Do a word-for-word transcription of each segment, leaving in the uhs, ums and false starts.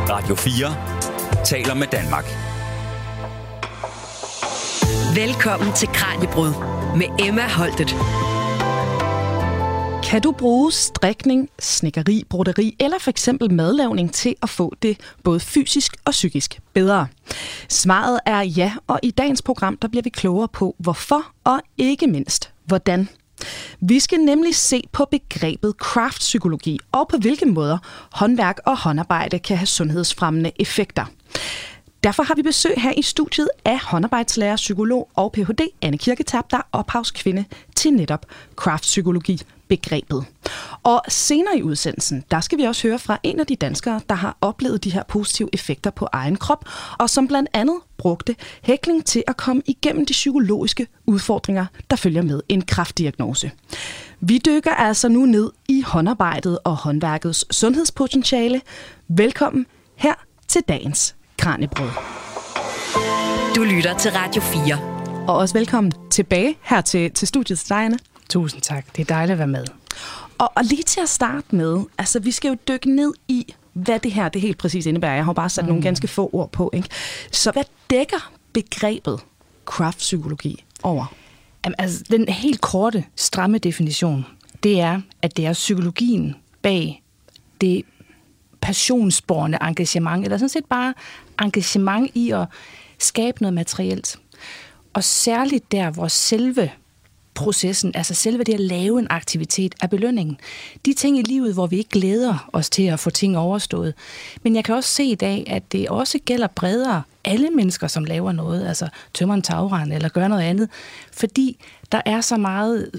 Radio fire taler med Danmark. Velkommen til Kraniebrud med Emma Holtet. Kan du bruge strikning, snikkeri, broderi eller for eksempel madlavning til at få det både fysisk og psykisk bedre? Svaret er ja, og i dagens program der bliver vi klogere på hvorfor og ikke mindst hvordan. Vi skal nemlig se på begrebet craftpsykologi og på hvilke måder håndværk og håndarbejde kan have sundhedsfremmende effekter. Derfor har vi besøg her i studiet af håndarbejdslærer, psykolog og P H D Anne Kirketab, der er ophavskvinde til netop craftpsykologi-begrebet. Og senere i udsendelsen, der skal vi også høre fra en af de danskere, der har oplevet de her positive effekter på egen krop, og som blandt andet brugte hækling til at komme igennem de psykologiske udfordringer, der følger med en kræftdiagnose. Vi dykker altså nu ned i håndarbejdet og håndværkets sundhedspotentiale. Velkommen her til dagens Kraniebrud. Du lytter til Radio fire. Og også velkommen tilbage her til, til studiet til dig, Anne. Tusind tak. Det er dejligt at være med. Og, og lige til at starte med, altså vi skal jo dykke ned i, hvad det her det helt præcis indebærer. Jeg har bare sat mm. nogle ganske få ord på, ikke? Så hvad dækker begrebet craftpsykologi over? Jamen, altså, den helt korte, stramme definition, det er, at det er psykologien bag det passionsborne engagement, eller sådan set bare engagement i at skabe noget materielt. Og særligt der, hvor selve processen, altså selve det at lave en aktivitet, er belønningen. De ting i livet, hvor vi ikke glæder os til at få ting overstået. Men jeg kan også se i dag, at det også gælder bredere alle mennesker, som laver noget, altså tømmer en tagrend eller gør noget andet, fordi der er så meget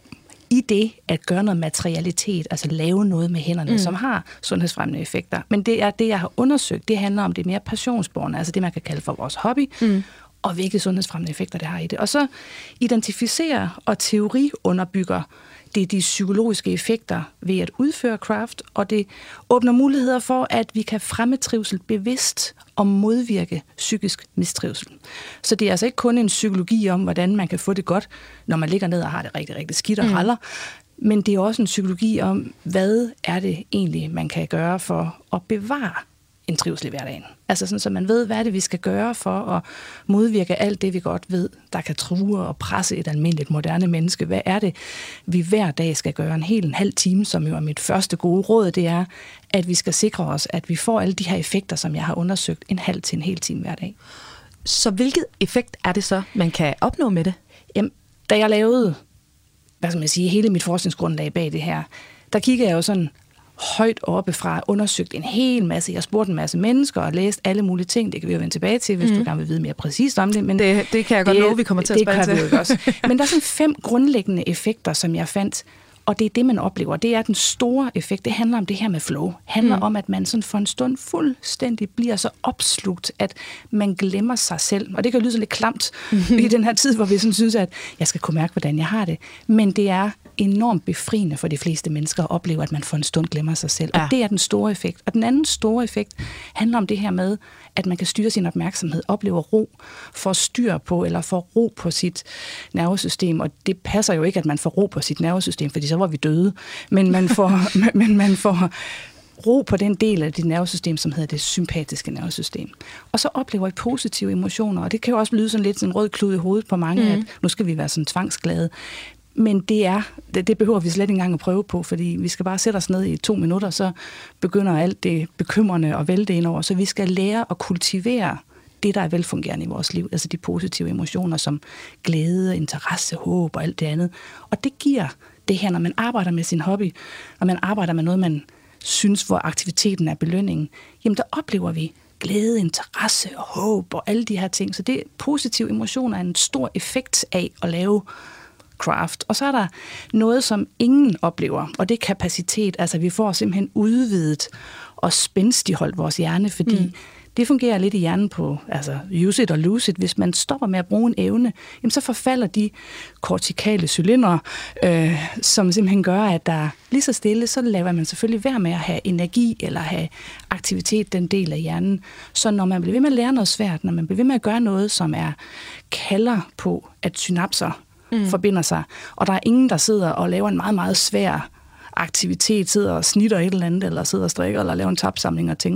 i det at gøre noget materialitet, altså lave noget med hænderne, mm. som har sundhedsfremmende effekter. Men det er det, jeg har undersøgt. Det handler om det mere passionsborne, altså det, man kan kalde for vores hobby, mm. og hvilke sundhedsfremmende effekter det har i det. Og så identificerer og teoriunderbygger det de psykologiske effekter ved at udføre craft, og det åbner muligheder for, at vi kan fremme trivsel bevidst og modvirke psykisk mistrivsel. Så det er altså ikke kun en psykologi om, hvordan man kan få det godt, når man ligger ned og har det rigtig, rigtig skidt og raller, mm. men det er også en psykologi om, hvad er det egentlig, man kan gøre for at bevare en trivsel i hverdagen. Altså sådan, så man ved, hvad er det, vi skal gøre for at modvirke alt det, vi godt ved, der kan true og presse et almindeligt moderne menneske. Hvad er det, vi hver dag skal gøre en hel en halv time, som jo er mit første gode råd, det er, at vi skal sikre os, at vi får alle de her effekter, som jeg har undersøgt, en halv til en hel time hver dag. Så hvilket effekt er det så, man kan opnå med det? Jamen, da jeg lavede, hvad skal man sige, hele mit forskningsgrundlag bag det her, der kiggede jeg jo sådan højt oppefra, undersøgt en hel masse. Jeg spurgte en masse mennesker og læst alle mulige ting. Det kan vi jo vende tilbage til, hvis mm. du gerne vil vide mere præcist om det. Men det, det kan jeg godt love, vi kommer til at spørge til. Det kan vi jo også. Men der er sådan fem grundlæggende effekter, som jeg fandt, og det er det, man oplever. Det er den store effekt. Det handler om det her med flow. Det handler mm. om, at man sådan for en stund fuldstændig bliver så opslugt, at man glemmer sig selv. Og det kan lyde sådan lidt klamt mm-hmm. i den her tid, hvor vi sådan synes, at jeg skal kunne mærke, hvordan jeg har det. Men det er enormt befriende for de fleste mennesker at opleve, at man for en stund glemmer sig selv. Ja. Og det er den store effekt. Og den anden store effekt handler om det her med, at man kan styre sin opmærksomhed, oplever ro, får styr på, eller får ro på sit nervesystem. Og det passer jo ikke, at man får ro på sit nervesystem, fordi så var vi døde. Men man får, men man får ro på den del af dit nervesystem, som hedder det sympatiske nervesystem. Og så oplever I positive emotioner, og det kan jo også lyde sådan lidt sådan en rød klud i hovedet på mange, mm. at nu skal vi være sådan tvangsglade. Men det er, det, det behøver vi slet ikke engang at prøve på, fordi vi skal bare sætte os ned i to minutter, så begynder alt det bekymrende at vælte ind over. Så vi skal lære at kultivere det, der er velfungerende i vores liv, altså de positive emotioner som glæde, interesse, håb og alt det andet. Og det giver det her, når man arbejder med sin hobby, og man arbejder med noget, man synes, hvor aktiviteten er belønningen, jamen der oplever vi glæde, interesse og håb og alle de her ting. Så det positive emotioner er en stor effekt af at lave craft. Og så er der noget, som ingen oplever, og det er kapacitet. Altså vi får simpelthen udvidet og spændstigholdt vores hjerne, fordi mm. det fungerer lidt i hjernen på, altså use it or lose it. Hvis man stopper med at bruge en evne, jamen så forfalder de kortikale cylindre, øh, som simpelthen gør, at der lige så stille, så laver man selvfølgelig være med at have energi eller have aktivitet, den del af hjernen. Så når man bliver ved med at lære noget svært, når man bliver ved med at gøre noget, som er kalder på, at synapser mm. forbinder sig, og der er ingen, der sidder og laver en meget, meget svær aktivitet, sidder og snitter et eller andet, eller sidder og strikker, eller laver en tapsamling og tænker,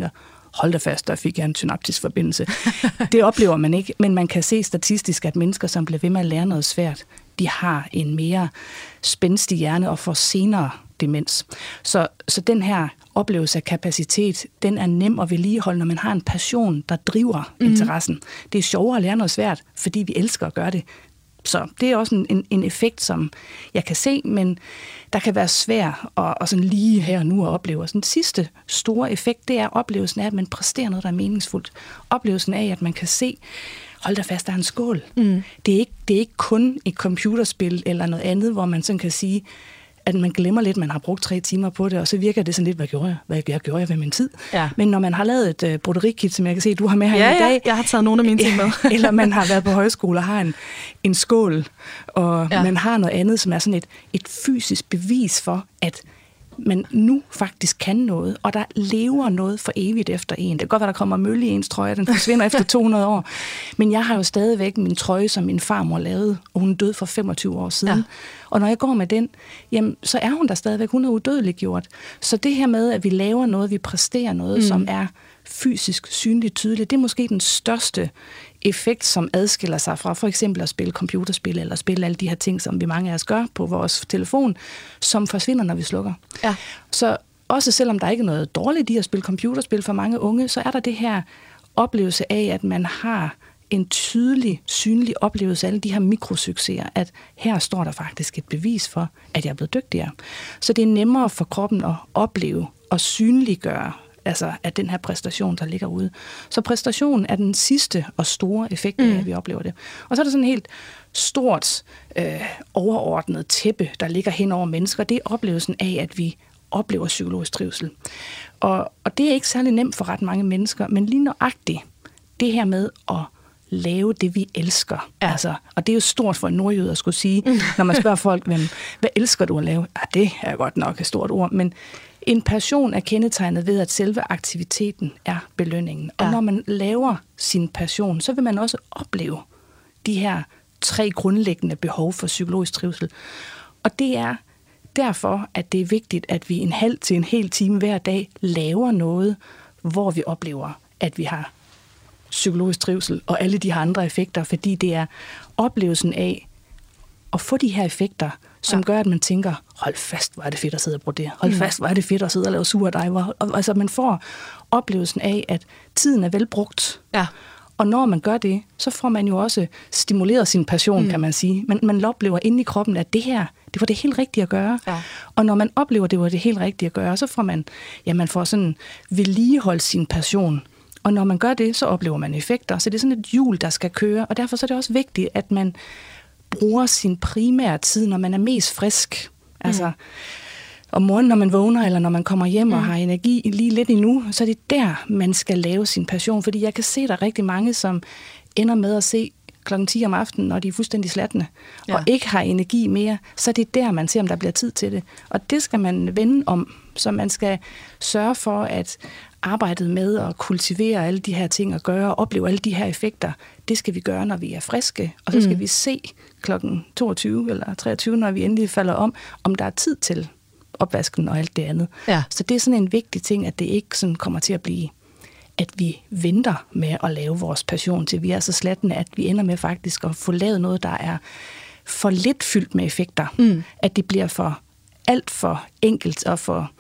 hold da fast, der fik jeg en synaptisk forbindelse. Det oplever man ikke, men man kan se statistisk, at mennesker, som bliver ved med at lære noget svært, de har en mere spændstig hjerne og får senere demens. Så, så den her oplevelse af kapacitet, den er nem at vedligeholde, når man har en passion, der driver mm. interessen. Det er sjovere at lære noget svært, fordi vi elsker at gøre det. Så det er også en, en, en effekt, som jeg kan se, men der kan være svær at, at sådan lige her og nu at opleve. Så den sidste store effekt, det er oplevelsen af, at man præsterer noget, der er meningsfuldt. Oplevelsen af, at man kan se, hold da fast, der er en skål. Mm. Det er ikke, det er ikke kun et computerspil eller noget andet, hvor man sådan kan sige, at man glemmer lidt, at man har brugt tre timer på det, og så virker det sådan lidt, hvad gjorde jeg? Hvad jeg gjorde jeg ved min tid? Ja. Men når man har lavet et uh, broderikit, som jeg kan se, du har med her ja, i dag. Ja, jeg har taget nogle af mine ting med. Eller man har været på højskole og har en, en skål, og ja. man har noget andet, som er sådan et, et fysisk bevis for, at man nu faktisk kan noget, og der lever noget for evigt efter en. Det kan godt være, der kommer mølle i ens trøje, den forsvinder efter to hundrede år. Men jeg har jo stadigvæk min trøje, som min farmor lavede, og hun døde for femogtyve år siden. Ja. Og når jeg går med den, jamen, så er hun der stadigvæk. Hun er udødeliggjort. Så det her med, at vi laver noget, vi præsterer noget, mm. som er fysisk, synligt, tydeligt, det er måske den største effekt, som adskiller sig fra for eksempel at spille computerspil, eller spille alle de her ting, som vi mange af os gør på vores telefon, som forsvinder, når vi slukker. Ja. Så også selvom der ikke er noget dårligt i at spille computerspil for mange unge, så er der det her oplevelse af, at man har en tydelig, synlig oplevelse af alle de her mikrosucceser, at her står der faktisk et bevis for, at jeg er blevet dygtigere. Så det er nemmere for kroppen at opleve og synliggøre, altså af den her præstation, der ligger ude. Så præstationen er den sidste og store effekt af, mm. at vi oplever det. Og så er der sådan et helt stort, øh, overordnet tæppe, der ligger hen over mennesker. Det er oplevelsen af, at vi oplever psykologisk trivsel. Og, og det er ikke særlig nemt for ret mange mennesker, men lige nøjagtigt det her med at lave det, vi elsker. Ja. Altså, og det er jo stort for en nordjyde at skulle sige, mm. når man spørger folk, hvem, hvad elsker du at lave? Ja, det er godt nok et stort ord, men en passion er kendetegnet ved, at selve aktiviteten er belønningen. Og ja. når man laver sin passion, så vil man også opleve de her tre grundlæggende behov for psykologisk trivsel. Og det er derfor, at det er vigtigt, at vi en halv til en hel time hver dag laver noget, hvor vi oplever, at vi har psykologisk trivsel og alle de her andre effekter, fordi det er oplevelsen af at få de her effekter, som ja. gør, at man tænker, hold fast, hvor er det fedt at sidde og brodere. Hold mm. fast, hvor er det fedt at sidde og lave surdej. Altså, man får oplevelsen af, at tiden er velbrugt. Ja. Og når man gør det, så får man jo også stimuleret sin passion, mm. kan man sige. Man, man oplever inde i kroppen, at det her, det var det helt rigtige at gøre. Ja. Og når man oplever, at det var det helt rigtige at gøre, så får man, ja, man får sådan vedligeholdt sin passion. Og når man gør det, så oplever man effekter. Så det er sådan et hjul, der skal køre. Og derfor så er det også vigtigt, at man bruger sin primære tid, når man er mest frisk. Altså mm. om morgenen, når man vågner, eller når man kommer hjem mm. og har energi lige lidt endnu, så er det der, man skal lave sin passion. Fordi jeg kan se, der er rigtig mange, som ender med at se klokken ti om aftenen, når de er fuldstændig slatne, ja. og ikke har energi mere, så er det der, man ser, om der bliver tid til det. Og det skal man vende om, så man skal sørge for, at arbejdet med at kultivere alle de her ting og gøre og opleve alle de her effekter, det skal vi gøre, når vi er friske. Og så skal mm. vi se klokken toogtyve eller treogtyve, når vi endelig falder om, om der er tid til opvasken og alt det andet. Ja. Så det er sådan en vigtig ting, at det ikke sådan kommer til at blive, at vi venter med at lave vores passion til vi er så slatne, at vi ender med faktisk at få lavet noget, der er for lidt fyldt med effekter. Mm. At det bliver for alt for enkelt og for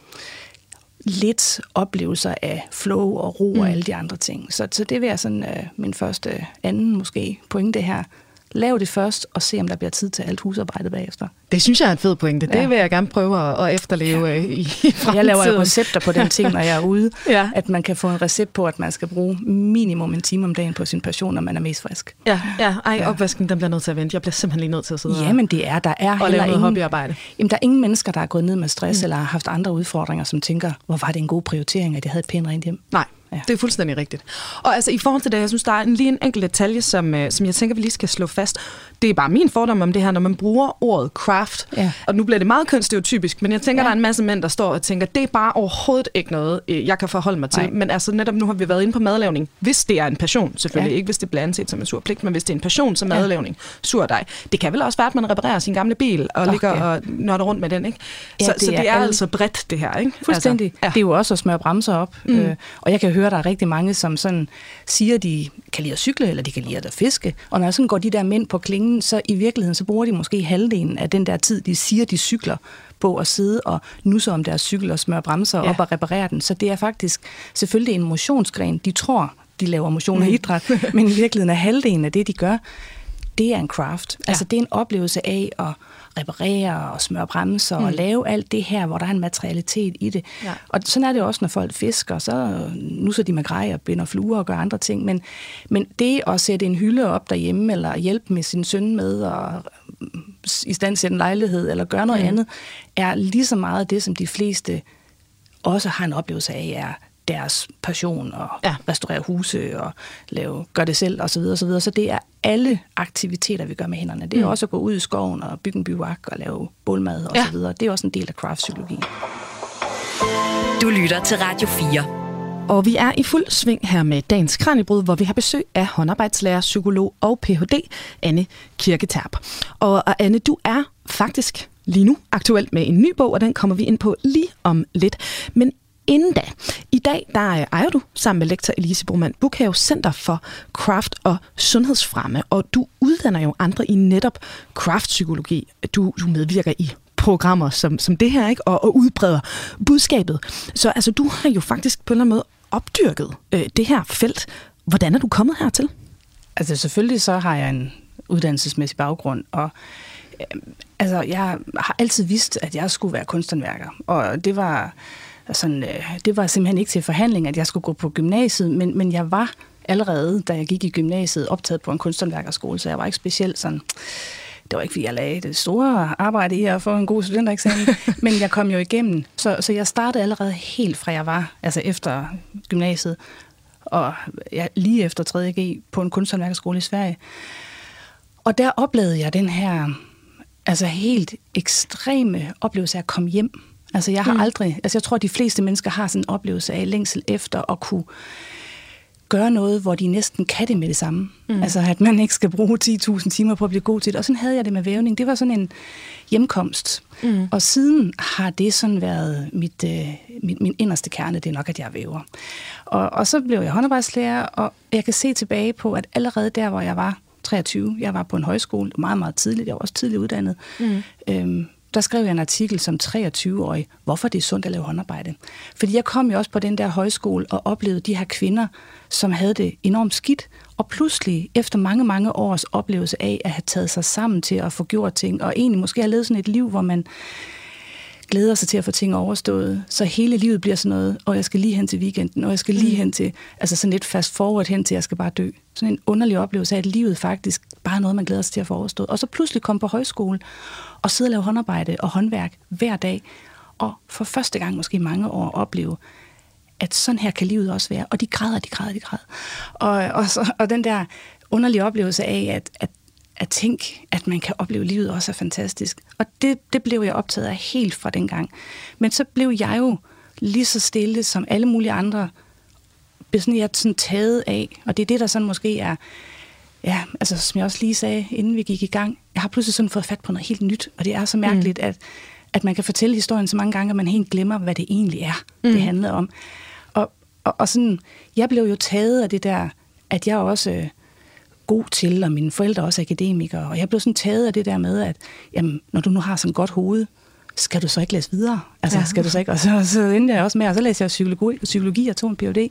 lidt oplevelser af flow og ro mm. og alle de andre ting. Så, så det vil jeg sådan øh, min første, anden måske pointe her. Lav det først, og se, om der bliver tid til alt husarbejdet bagefter. Det synes jeg er en fed pointe. Det ja. vil jeg gerne prøve at, at efterleve ja. i, i fremtiden. Jeg laver jo recepter på den ting, når jeg er ude. ja. At man kan få en recept på, at man skal bruge minimum en time om dagen på sin passion, når man er mest frisk. Ja, ja. Ej, ja. opvasken, den bliver nødt til at vente. Jeg bliver simpelthen lige nødt til at sidde Jamen det er, der er og lave noget hobbyarbejde. Jamen, der er ingen mennesker, der er gået ned med stress, mm. eller har haft andre udfordringer, som tænker, hvor var det en god prioritering, at jeg havde et pænt rent hjem. Nej. Ja. Det er fuldstændig rigtigt. Og altså i forhold til det, jeg synes, der er en, lige en enkelt detalje, som, øh, som jeg tænker, vi lige skal slå fast. Det er bare min fordom om det her, når man bruger ordet craft. Ja. Og nu bliver det meget kønsstereotypisk, men jeg tænker, ja. der er en masse mænd, der står og tænker, det er bare overhovedet ikke noget, jeg kan forholde mig til. Nej. Men altså netop nu har vi været inde på madlavning. Hvis det er en passion, selvfølgelig ja. ikke hvis det bliver anset som en sur pligt, men hvis det er en passion som madlavning, surdej. Det kan vel også være, at man reparerer sin gamle bil og okay. ligger og nørder rundt med den, ikke? Så, ja, det, så det er, er altså bredt, det her, ikke? Fuldstændig. Altså, ja. Det er jo også at smøre bremser op. Mm. Øh, og jeg kan hører, der er rigtig mange, som sådan siger, de kan lide at cykle, eller de kan lide at fiske. Og når sådan går de der mænd på klingen, så i virkeligheden, så bruger de måske halvdelen af den der tid, de siger, de cykler på at sidde og nusse om deres cykel og smøre bremser ja. op og reparere den. Så det er faktisk selvfølgelig en motionsgren. De tror, de laver motion og idræt, men i virkeligheden er halvdelen af det, de gør, det er en craft. Ja. Altså det er en oplevelse af at reparere og smøre bremser mm. og lave alt det her, hvor der er en materialitet i det. Ja. Og sådan er det også, når folk fisker, så nusser de med grej og binder fluer og gør andre ting. Men, men det at sætte en hylde op derhjemme, eller hjælpe med sin søn med at i stand sætte en lejlighed, eller gøre noget mm. andet, er lige så meget det, som de fleste også har en oplevelse af, er deres passion og ja. restaurere huse og lave, gør det selv osv. Så, så, så det er alle aktiviteter, vi gør med hænderne. Det er mm. også at gå ud i skoven og bygge en bivak og lave bålmad og ja. så videre. Det er også en del af craftpsykologi. Du lytter til Radio fire. Og vi er i fuld sving her med dagens Kraniebrud, hvor vi har besøg af håndarbejdslærer, psykolog og P H D, Anne Kirketerp. Og Anne, du er faktisk lige nu aktuelt med en ny bog, og den kommer vi ind på lige om lidt. Men inden da, i dag, der ejer du sammen med lektor Elise Broman Bukhave Center for Craft og Sundhedsfremme, og du uddanner jo andre i netop craftpsykologi. Du, du medvirker i programmer som, som det her, ikke? Og, og udbreder budskabet. Så altså, du har jo faktisk på en eller anden måde opdyrket øh, det her felt. Hvordan er du kommet hertil? Altså selvfølgelig så har jeg en uddannelsesmæssig baggrund, og øh, altså, jeg har altid vidst, at jeg skulle være kunsthåndværker, og det var sådan, øh, det var simpelthen ikke til forhandling, at jeg skulle gå på gymnasiet, men, men jeg var allerede, da jeg gik i gymnasiet, optaget på en kunsthåndværkerskole, så jeg var ikke specielt sådan. Det var ikke, fordi jeg lagde det store arbejde i at få en god studentereksamen, men jeg kom jo igennem. Så, så jeg startede allerede helt fra jeg var, altså efter gymnasiet, og ja, lige efter tredje G på en kunsthåndværkerskole i Sverige. Og der oplevede jeg den her altså helt ekstreme oplevelse af at komme hjem. Altså jeg har mm. aldrig, altså jeg tror, at de fleste mennesker har sådan en oplevelse af længsel efter at kunne gøre noget, hvor de næsten kan det med det samme. Mm. Altså, at man ikke skal bruge ti tusind timer på at blive god til det. Og sådan havde jeg det med vævning. Det var sådan en hjemkomst. Mm. Og siden har det sådan været mit, øh, mit, min inderste kerne, det er nok, at jeg væver. Og, og så blev jeg håndarbejdslærer, og jeg kan se tilbage på, at allerede der, hvor jeg var treogtyve, jeg var på en højskole, meget, meget tidligt, jeg var også tidligt uddannet, mm. øhm, der skrev jeg en artikel som treogtyve-årig, hvorfor det er sundt at lave håndarbejde. Fordi jeg kom jo også på den der højskole og oplevede de her kvinder, som havde det enormt skidt, og pludselig efter mange, mange års oplevelse af at have taget sig sammen til at få gjort ting, og egentlig måske have levet sådan et liv, hvor man glæder sig til at få ting overstået, så hele livet bliver sådan noget, og jeg skal lige hen til weekenden, og jeg skal lige hen til, altså sådan lidt fast forward hen til, at jeg skal bare dø. Sådan en underlig oplevelse af, at livet faktisk bare er noget, man glæder sig til at få overstået. Og så pludselig komme på højskole, og sidde og lave håndarbejde og håndværk hver dag, og for første gang måske i mange år opleve, at sådan her kan livet også være. Og de græder, de græder, de græder. Og, og, så, og den der underlige oplevelse af, at, at, at tænke, at man kan opleve livet også er fantastisk. Og det, det blev jeg optaget af helt fra den gang. Men så blev jeg jo lige så stille som alle mulige andre, blev sådan, jeg sådan taget af. Og det er det, der sådan måske er, ja, altså som jeg også lige sagde, inden vi gik i gang, jeg har pludselig sådan fået fat på noget helt nyt, og det er så mærkeligt, mm. at, at man kan fortælle historien så mange gange, at man helt glemmer, hvad det egentlig er, mm. det handler om. Og, og, og sådan, jeg blev jo taget af det der, at jeg også er god til, og mine forældre også er akademikere, og jeg blev sådan taget af det der med, at jamen, når du nu har sådan et godt hoved, skal du så ikke læse videre? Altså, ja. skal du så ikke? Og så, så endte jeg også med, og så læste jeg psykologi, psykologi og tog en P H D.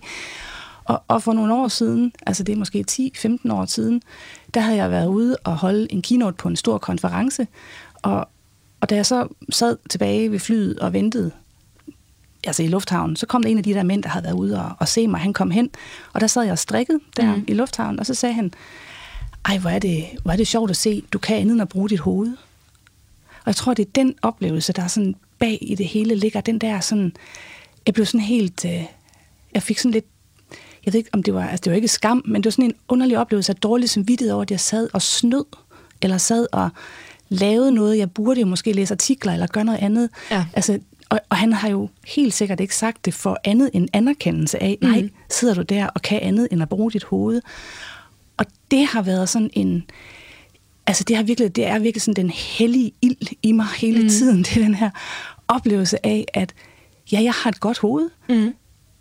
Og, og for nogle år siden, altså det er måske ti femten år siden, der havde jeg været ude og holde en keynote på en stor konference, og, og da jeg så sad tilbage ved flyet og ventede, altså i lufthavnen, så kom der en af de der mænd, der havde været ude og, og se mig, han kom hen, og der sad jeg og strikkede der mm. i lufthavnen, og så sagde han, ej, hvor er, det, hvor er det sjovt at se, du kan andet end at bruge dit hoved. Og jeg tror, det er den oplevelse, der er sådan bag i det hele ligger, den der sådan, jeg blev sådan helt, øh, jeg fik sådan lidt, jeg ved ikke, om det var, altså det var ikke skam, men det var sådan en underlig oplevelse af dårlig samvittighed over, at jeg sad og snød, eller sad og lavede noget, jeg burde jo måske læse artikler, eller gøre noget andet. Ja. Altså, og, og han har jo helt sikkert ikke sagt det for andet end anerkendelse af, mm. nej, sidder du der og kan andet end at bruge dit hoved. Og det har været sådan en, altså det har virkelig, det er virkelig sådan den hellige ild i mig hele mm. tiden, det er den her oplevelse af, at ja, jeg har et godt hoved, mm.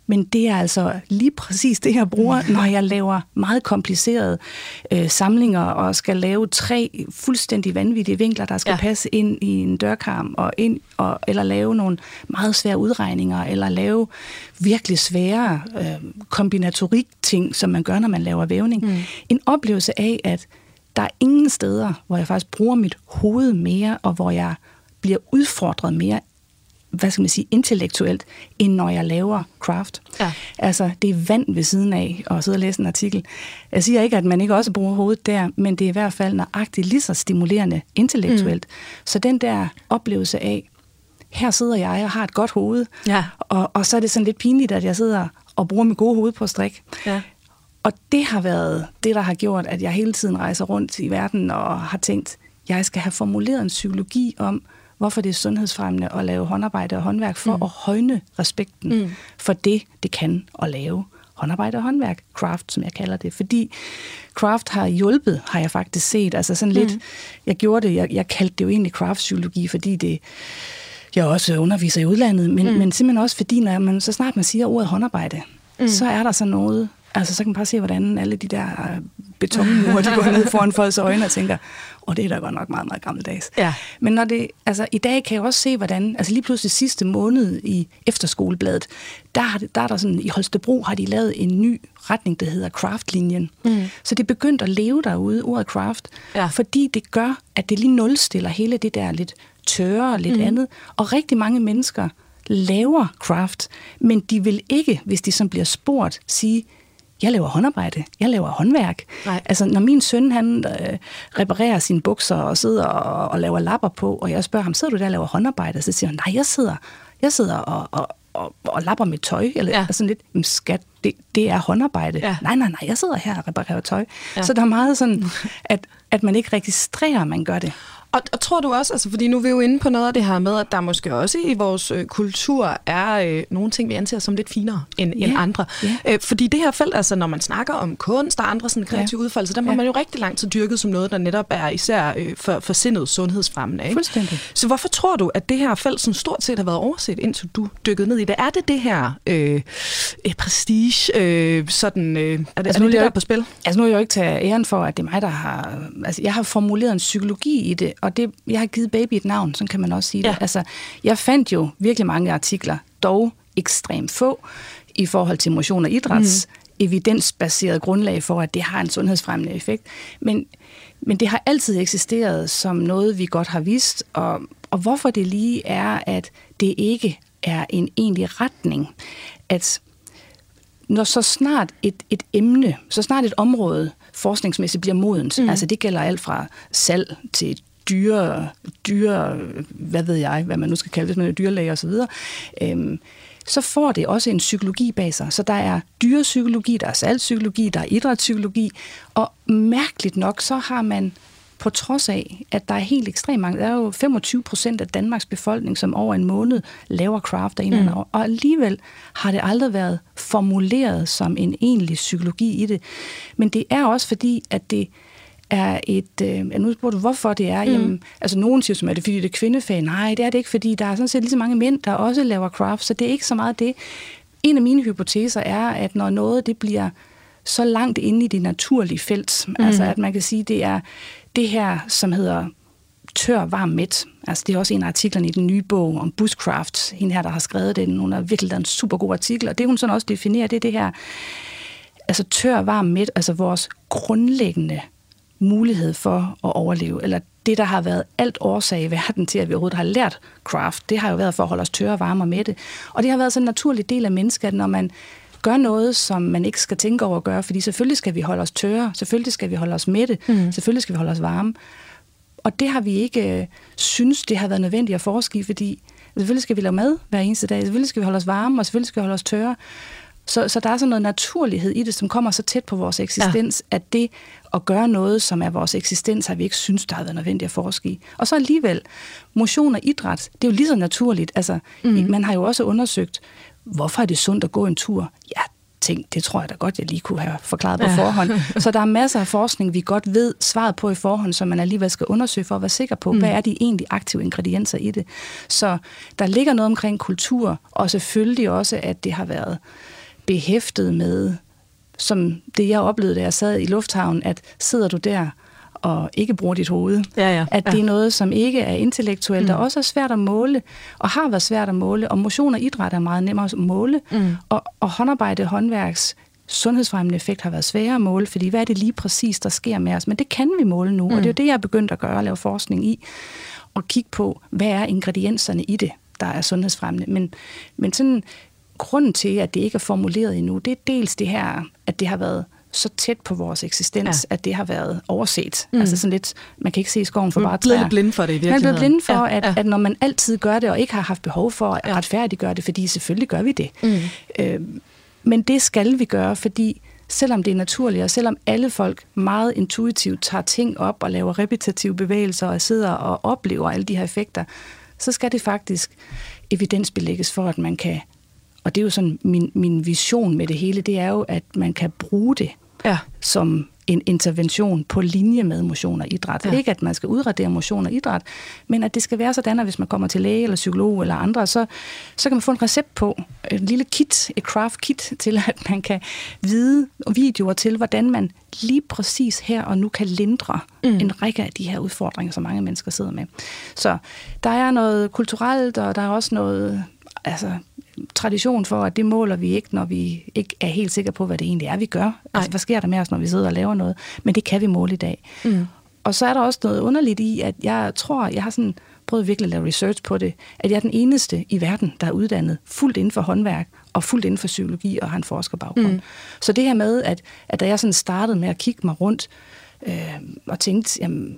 Men det er altså lige præcis det, jeg bruger, når jeg laver meget komplicerede øh, samlinger og skal lave tre fuldstændig vanvittige vinkler, der skal ja. passe ind i en dørkarm, og ind, og, eller lave nogle meget svære udregninger, eller lave virkelig svære øh, kombinatorik-ting, som man gør, når man laver vævning. Mm. En oplevelse af, at der er ingen steder, hvor jeg faktisk bruger mit hoved mere, og hvor jeg bliver udfordret mere, hvad skal man sige, intellektuelt, end når jeg laver craft. Ja. Altså, det er vand ved siden af at sidde og læse en artikel. Jeg siger ikke, at man ikke også bruger hovedet der, men det er i hvert fald nøjagtigt lige så stimulerende intellektuelt. Mm. Så den der oplevelse af, her sidder jeg og har et godt hoved, ja. og, og så er det sådan lidt pinligt, at jeg sidder og bruger mit gode hoved på at strikke. Ja. Og det har været det, der har gjort, at jeg hele tiden rejser rundt i verden og har tænkt, jeg skal have formuleret en psykologi om, hvorfor det er sundhedsfremmende at lave håndarbejde og håndværk, for mm. at højne respekten mm. for det, det kan at lave håndarbejde og håndværk, craft, som jeg kalder det. Fordi craft har hjulpet, har jeg faktisk set. Altså sådan lidt, mm. jeg gjorde det, jeg, jeg kaldte det jo egentlig craft-psykologi, fordi det, jeg også underviser i udlandet, men, mm. men simpelthen også fordi, når man, så snart man siger ordet håndarbejde, mm. så er der sådan noget, altså så kan man bare se, hvordan alle de der betonmure, de går ned foran folks øjne og tænker, åh, oh, det er da godt nok meget, meget gammeldags. Ja. Men når det, altså i dag kan jeg også se, hvordan, altså lige pludselig sidste måned i efterskolebladet, der, har, der er der sådan, i Holstebro har de lavet en ny retning, der hedder craft-linjen. Mm. Så det er begyndt at leve derude, ordet craft, ja. fordi det gør, at det lige nulstiller hele det der lidt tørre og lidt mm. andet. Og rigtig mange mennesker laver craft, men de vil ikke, hvis de som bliver spurgt, sige, jeg laver håndarbejde, jeg laver håndværk. Nej. Altså, når min søn, han øh, reparerer sine bukser og sidder og, og laver lapper på, og jeg spørger ham, sidder du der og laver håndarbejde? Så siger han, nej, jeg sidder, jeg sidder og, og, og, og lapper med tøj. Eller ja. sådan lidt, skat, det, det er håndarbejde. Ja. Nej, nej, nej, jeg sidder her og reparerer tøj. Ja. Så der er meget sådan, at, at man ikke registrerer, at man gør det. Og, og tror du også, altså fordi nu er vi jo inde på noget af det her med, at der måske også i vores øh, kultur er øh, nogle ting, vi anser som lidt finere end, yeah. end andre. Yeah. Øh, fordi det her felt, altså når man snakker om kunst og andre sådan kreative yeah. udfoldelse, der må yeah. man jo rigtig lang tid dyrket som noget, der netop er især øh, for, for sindet sundhedsfremmende. Ikke? Fuldstændig. Så hvorfor tror du, at det her felt sådan stort set har været overset, indtil du dykkede ned i det? Er det det her øh, prestige, øh, sådan, øh, er det, altså, er det, det der ikke, på spil? Altså nu vil jeg jo ikke tage æren for, at det er mig, der har, altså jeg har formuleret en psykologi i det, og det, jeg har givet baby et navn, sådan kan man også sige ja. det. Altså, jeg fandt jo virkelig mange artikler, dog ekstremt få, i forhold til motion og idræts, mm. evidensbaseret grundlag for, at det har en sundhedsfremmende effekt. Men, men det har altid eksisteret som noget, vi godt har vidst, og, og hvorfor det lige er, at det ikke er en egentlig retning, at når så snart et, et emne, så snart et område forskningsmæssigt bliver modent, mm. altså det gælder alt fra salg til dyre, dyre, hvad ved jeg, hvad man nu skal kalde det, hvis man er dyrlæge og så videre, øhm, så får det også en psykologi bag sig. Så der er dyrepsykologi, der er salgspsykologi, der er idrætspsykologi, og mærkeligt nok, så har man på trods af, at der er helt ekstremt mange, der er jo femogtyve procent af Danmarks befolkning, som over en måned laver craft af en eller anden år, og alligevel har det aldrig været formuleret som en egentlig psykologi i det. Men det er også fordi, at det er et, øh, nu spurgte du, hvorfor det er, mm. jamen, altså nogen siger, som er det, fordi det er kvindefag. Nej, det er det ikke, fordi der er sådan set lige så mange mænd, der også laver craft, så det er ikke så meget det. En af mine hypoteser er, at når noget, det bliver så langt inde i det naturlige felt, mm. altså at man kan sige, det er det her, som hedder tør, varm, mæt. Altså det er også en af artiklerne i den nye bog om bushcraft, hende her, der har skrevet den. Hun har virkelig lavet en super god artikel, og det hun sådan også definerer, det er det her, altså tør, varm, mæt, altså vores grundlæggende mulighed for at overleve, eller det, der har været alt årsag i verden til, at vi overhovedet har lært craft, det har jo været for at holde os tørre, varme og mætte. Og det har været sådan en naturlig del af mennesket, at når man gør noget, som man ikke skal tænke over at gøre, fordi selvfølgelig skal vi holde os tørre, selvfølgelig skal vi holde os mætte, mm. selvfølgelig skal vi holde os varme. Og det har vi ikke øh, synes, det har været nødvendigt at forske i, fordi selvfølgelig skal vi lave mad hver eneste dag, selvfølgelig skal vi holde os varme, og selvfølgelig skal vi holde os tørre. Så, så der er sådan noget naturlighed i det, som kommer så tæt på vores eksistens, ja. at det at gøre noget, som er vores eksistens, har vi ikke synes, der har været nødvendigt at forske i. Og så alligevel, motion og idræt, det er jo lige så naturligt. Altså, mm. man har jo også undersøgt, hvorfor er det sundt at gå en tur? Ja, tænk, det tror jeg da godt, jeg lige kunne have forklaret på ja. forhånd. Så der er masser af forskning, vi godt ved svaret på i forhånd, som man alligevel skal undersøge for at være sikker på, mm. hvad er de egentlig aktive ingredienser i det. Så der ligger noget omkring kultur, og selvfølgelig også, at det har været behæftet med, som det jeg oplevede, da jeg sad i lufthavnen, at sidder du der og ikke bruger dit hoved, ja, ja, at ja. det er noget, som ikke er intellektuelt, mm. og også er svært at måle, og har været svært at måle, og motion og idræt er meget nemmere at måle, mm. og, og håndarbejde, håndværks, sundhedsfremmende effekt har været sværere at måle, fordi hvad er det lige præcis, der sker med os? Men det kan vi måle nu, mm. og det er jo det, jeg er begyndt at gøre, at lave forskning i, og kigge på, hvad er ingredienserne i det, der er sundhedsfremmende. Men, men sådan, grunden til, at det ikke er formuleret endnu, det er dels det her, at det har været så tæt på vores eksistens, ja. At det har været overset. Mm. Altså sådan lidt, man kan ikke se skoven for bare træer. Man er blevet blinde for det i virkeligheden. Man er blevet blinde for, ja, at, ja. at når man altid gør det, og ikke har haft behov for at ja. retfærdiggøre det, fordi selvfølgelig gør vi det. Mm. Øh, men det skal vi gøre, fordi selvom det er naturligt, og selvom alle folk meget intuitivt tager ting op og laver repetitive bevægelser og sidder og oplever alle de her effekter, så skal det faktisk evidensbelægges for, at man kan, og det er jo sådan min, min vision med det hele, det er jo, at man kan bruge det ja. Som en intervention på linje med motion og idræt. Ja. Ikke at man skal udradere motion og idræt, men at det skal være sådan, at hvis man kommer til læge eller psykolog eller andre, så, så kan man få en recept på, en lille kit, et craft kit, til at man kan vide videoer til, hvordan man lige præcis her og nu kan lindre mm. en række af de her udfordringer, som mange mennesker sidder med. Så der er noget kulturelt, og der er også noget altså tradition for, at det måler vi ikke, når vi ikke er helt sikre på, hvad det egentlig er, vi gør. Altså, hvad sker der med os, når vi sidder og laver noget? Men det kan vi måle i dag. Mm. Og så er der også noget underligt i, at jeg tror, jeg har sådan prøvet virkelig at lave research på det, at jeg er den eneste i verden, der er uddannet fuldt inden for håndværk og fuldt inden for psykologi og har en forskerbaggrund. Mm. Så det her med, at, at da jeg sådan startede med at kigge mig rundt øh, og tænkte, jamen,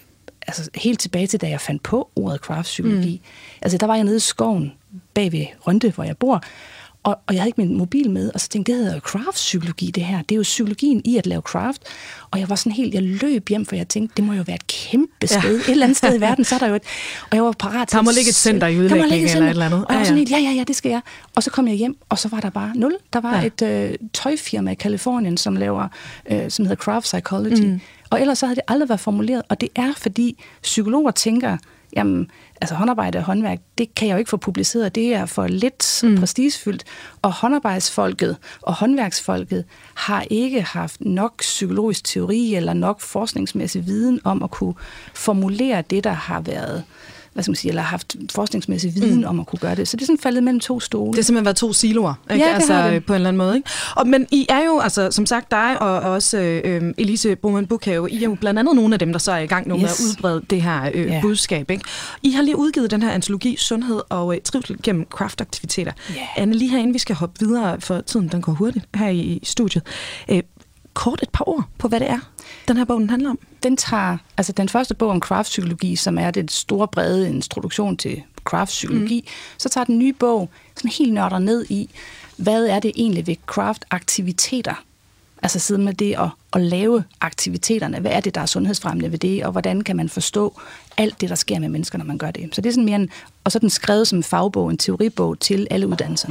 altså helt tilbage til, da jeg fandt på ordet craftpsykologi. Mm. Altså, der var jeg nede i skoven bag ved Rønde, hvor jeg bor, og, og jeg havde ikke min mobil med, og så tænkte jeg, det hedder jo craftpsykologi, det her. Det er jo psykologien i at lave craft. Og jeg var sådan helt, jeg løb hjem, for jeg tænkte, det må jo være et kæmpe sted. Ja. Et eller andet sted i verden, så er der jo et... Og jeg var parat til... Der må ligge et center i udlægning eller et eller andet. Og jeg var sådan helt, ja, ja, ja, det skal jeg. Og så kom jeg hjem, og så var der bare nul. Der var ja. et øh, tøjfirma i Californien, som laver, øh, som hedder Craft Psychology. Mm. Og ellers så havde det aldrig været formuleret. Og det er, fordi psykologer tænker, jamen, altså håndarbejde og håndværk, det kan jeg jo ikke få publiceret, det er for lidt mm. prestigefyldt, og håndarbejdsfolket og håndværksfolket har ikke haft nok psykologisk teori eller nok forskningsmæssig viden om at kunne formulere det, der har været, hvad skal man sige, eller haft forskningsmæssig viden mm. om at kunne gøre det. Så det er sådan faldet mellem to stole. Det er simpelthen været to siloer, ikke? Ja, altså, på en eller anden måde. Ikke? Og, men I er jo, altså, som sagt, dig og, og også øh, Elise Boman Bukhave, I er jo blandt andet nogle af dem, der så er i gang nu yes. med at udbrede det her øh, yeah. budskab. Ikke? I har lige udgivet den her antologi, Sundhed og øh, Trivsel gennem craft-aktiviteter. Yeah. Anne, lige herinde, vi skal hoppe videre, for tiden den går hurtigt her i, i studiet. Øh, kort et par ord på, hvad det er, den her bog den handler om. Den tager, altså den første bog om craftpsykologi, som er den store brede introduktion til craftpsykologi, mm. så tager den nye bog sådan helt nørder ned i, hvad er det egentlig ved craft-aktiviteter? Altså siden med det at, at lave aktiviteterne. Hvad er det, der er sundhedsfremmende ved det, og hvordan kan man forstå alt det, der sker med mennesker, når man gør det? Så det er sådan mere en, og så er den skrevet som en fagbog, en teoribog til alle uddannelserne.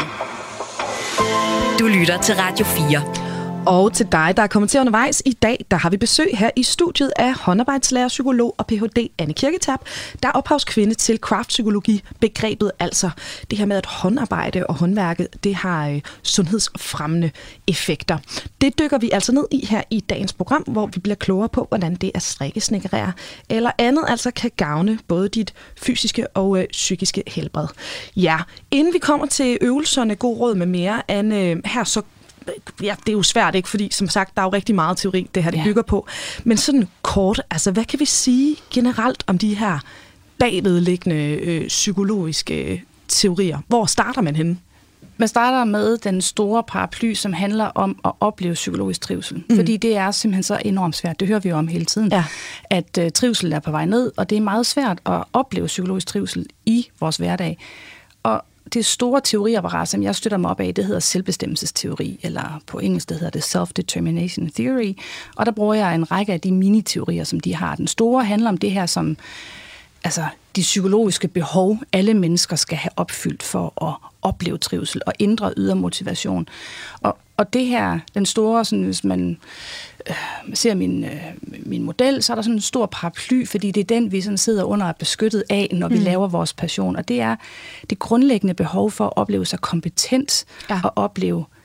Du lytter til Radio fire. Og til dig, der er kommet til undervejs i dag, der har vi besøg her i studiet af håndarbejdslærer, psykolog og P H D Anne Kirketerp, der er ophavskvinde til craftpsykologi-begrebet, altså det her med, at håndarbejde og håndværket, det har øh, sundhedsfremmende effekter. Det dykker vi altså ned i her i dagens program, hvor vi bliver klogere på, hvordan det at strikke, snekkerere eller andet altså kan gavne både dit fysiske og øh, psykiske helbred. Ja, inden vi kommer til øvelserne, god råd med mere, Anne, her så ja, det er jo svært, ikke? Fordi som sagt, der er jo rigtig meget teori, det her det bygger på. Men sådan kort, altså hvad kan vi sige generelt om de her bagvedliggende øh, psykologiske øh, teorier? Hvor starter man henne? Man starter med den store paraply, som handler om at opleve psykologisk trivsel. Mm. Fordi det er simpelthen så enormt svært. Det hører vi jo om hele tiden. Ja. At øh, trivsel er på vej ned, og det er meget svært at opleve psykologisk trivsel i vores hverdag. Og det store teoriapparat, som jeg støtter mig op af, det hedder selvbestemmelsesteori, eller på engelsk det hedder det self-determination theory, og der bruger jeg en række af de mini-teorier, som de har. Den store handler om det her, som altså de psykologiske behov, alle mennesker skal have opfyldt for at opleve trivsel og ændre ydre motivation. Og, og det her, den store, sådan, hvis man øh, ser min, øh, min model, så er der sådan en stor paraply, fordi det er den, vi sådan sidder under og er beskyttet af, når vi mm. laver vores passion. Og det er det grundlæggende behov for at opleve sig kompetent ja. og opleve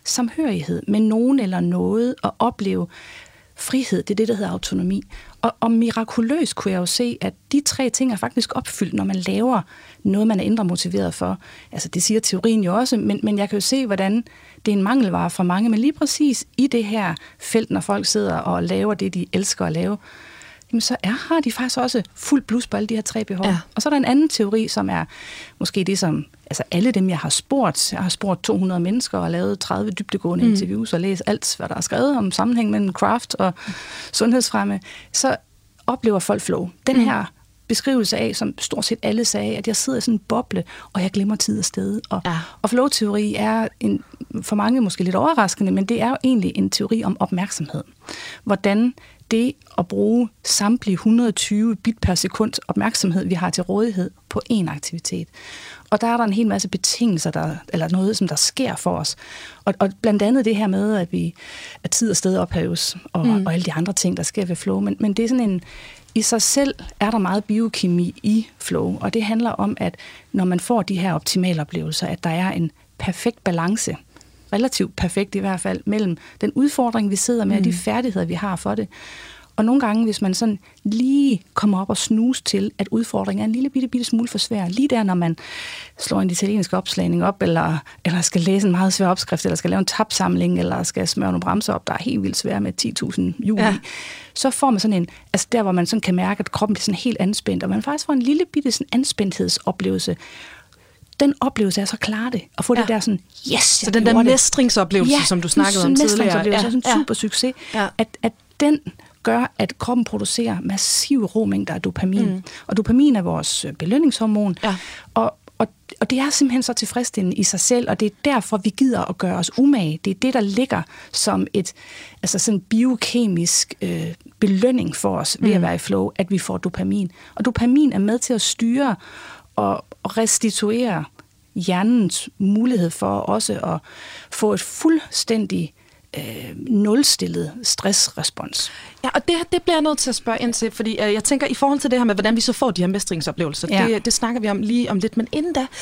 samhørighed med nogen eller noget, og opleve frihed, det er det, der hedder autonomi. Og, og mirakuløst kunne jeg jo se, at de tre ting er faktisk opfyldt, når man laver noget, man er indre motiveret for. Altså det siger teorien jo også, men, men jeg kan jo se, hvordan det er en mangelvare for mange, men lige præcis i det her felt, når folk sidder og laver det, de elsker at lave, jamen så er, har de faktisk også fuld blus på alle de her tre behov. Ja. Og så er der en anden teori, som er måske det, som altså alle dem, jeg har spurgt, jeg har spurgt to hundrede mennesker og lavet tredive dybdegående mm. interviews og læst alt, hvad der er skrevet om sammenhæng mellem craft og sundhedsfremme, så oplever folk flow. Den mm. her beskrivelse af, som stort set alle sagde, at jeg sidder i sådan en boble, og jeg glemmer tid og sted. Og, ja. og flow-teori er en, for mange måske lidt overraskende, men det er jo egentlig en teori om opmærksomhed. Hvordan det at bruge samtlige et hundrede og tyve bit per sekund opmærksomhed, vi har til rådighed på én aktivitet. Og der er der en hel masse betingelser, der, eller noget, som der sker for os. Og, og blandt andet det her med, at vi at tid og sted ophæves, og, mm. og alle de andre ting, der sker ved flow. Men, men det er sådan en, i sig selv er der meget biokemi i flow, og det handler om, at når man får de her optimale oplevelser, at der er en perfekt balance, relativt perfekt i hvert fald, mellem den udfordring, vi sidder med, mm. og de færdigheder, vi har for det. Og nogle gange, hvis man sådan lige kommer op og snus til, at udfordringen er en lille bitte, bitte smule for svær, lige der, når man slår en italiensk opslagning op, eller, eller skal læse en meget svær opskrift, eller skal lave en tapsamling, eller skal smøre nogle bremser op, der er helt vildt svære med ti tusind hjul i, ja. Så får man sådan en, altså der, hvor man sådan kan mærke, at kroppen bliver sådan helt anspændt, og man faktisk får en lille bitte sådan anspændthedsoplevelse. Den oplevelse er så klar det, at få ja. det der sådan, yes, så den der mestringsoplevelse, ja, som du snakkede om tidligere. Ja, er sådan en super succes, ja. at, at den gør, at kroppen producerer massive rå mængder af dopamin. Mm. Og dopamin er vores belønningshormon, ja. og, og, og det er simpelthen så tilfredsstillende i sig selv, og det er derfor, vi gider at gøre os umage. Det er det, der ligger som et altså sådan biokemisk øh, belønning for os ved mm. at være i flow, at vi får dopamin. Og dopamin er med til at styre og restituere hjernens mulighed for også at få et fuldstændig øh, nulstillet stressrespons. Ja, og det, det bliver jeg nødt til at spørge ind til, fordi øh, jeg tænker, i forhold til det her med, hvordan vi så får de her mestringsoplevelser, ja. det, det snakker vi om lige om lidt, men inden da,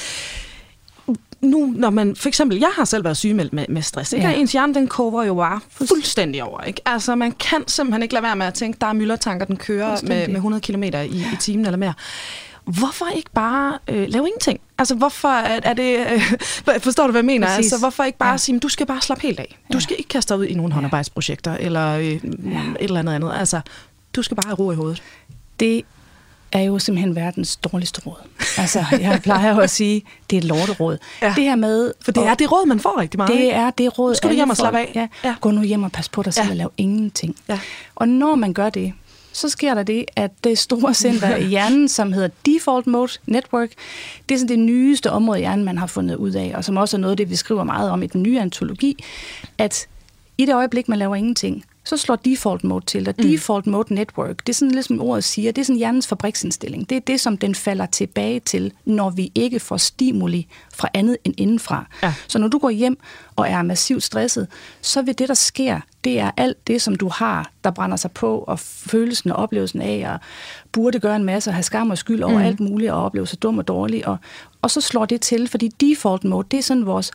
nu, når man, for eksempel, jeg har selv været sygemeldt med, med stress, ikke? Ja. Og ens hjerne, den koger jo bare fuldstændig over, ikke? Altså, man kan simpelthen ikke lade være med at tænke, der er myldretanker, den kører med, med hundrede kilometer i, i timen eller mere. Hvorfor ikke bare øh, lave ingenting? Altså, hvorfor er, er det... Øh, forstår du, hvad jeg mener? Præcis. Altså, hvorfor ikke bare ja. sige, du skal bare slappe helt af. Du ja. skal ikke kaste dig ud i nogle håndarbejdsprojekter, eller øh, ja. et eller andet andet. Altså, du skal bare have ro i hovedet. Det er jo simpelthen verdens dårligste råd. Altså, jeg plejer jo at sige, det er et lorteråd. Ja. Det her med... For det er det råd, man får rigtig meget. Det er det råd... Skal du hjem og slappe af? Ja. Ja. Gå nu hjem og pas på dig selv ja. og lave ingenting. Ja. Og når man gør det, så sker der det, at det store center i hjernen, som hedder Default Mode Network, det er sådan det nyeste område i hjernen, man har fundet ud af, og som også er noget, det vi skriver meget om i den nye antologi, at i det øjeblik, man laver ingenting, så slår default mode til, og mm. default mode network, det er sådan ligesom ordet siger, det er sådan hjernens fabriksindstilling. Det er det, som den falder tilbage til, når vi ikke får stimuli fra andet end indenfra. Ja. Så når du går hjem og er massivt stresset, så vil det, der sker, det er alt det, som du har, der brænder sig på, og følelsen og oplevelsen af, at burde gøre en masse, og have skam og skyld over mm. alt muligt, og opleve sig dum og dårlig, og, og så slår det til, fordi default mode, det er sådan vores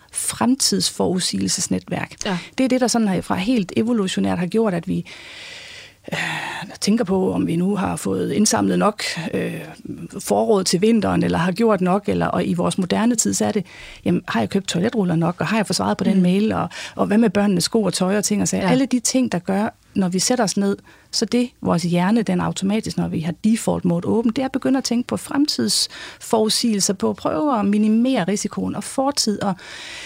fremtidsforudsigelsesnetværk. Ja. Det er det, der sådan her fra helt evolutionært har gjort, at vi øh, tænker på, om vi nu har fået indsamlet nok øh, forråd til vinteren, eller har gjort nok, eller og i vores moderne tid, så er det, jamen, har jeg købt toiletruller nok, og har jeg forsvaret på den mm. mail, og, og hvad med børnenes sko og tøj og ting og sager. Ja. Alle de ting, der gør, når vi sætter os ned, så det, vores hjerne, den automatisk, når vi har default mode åben, det er at begynde at tænke på fremtidsforudsigelser, på at prøve at minimere risikoen og fortid, og,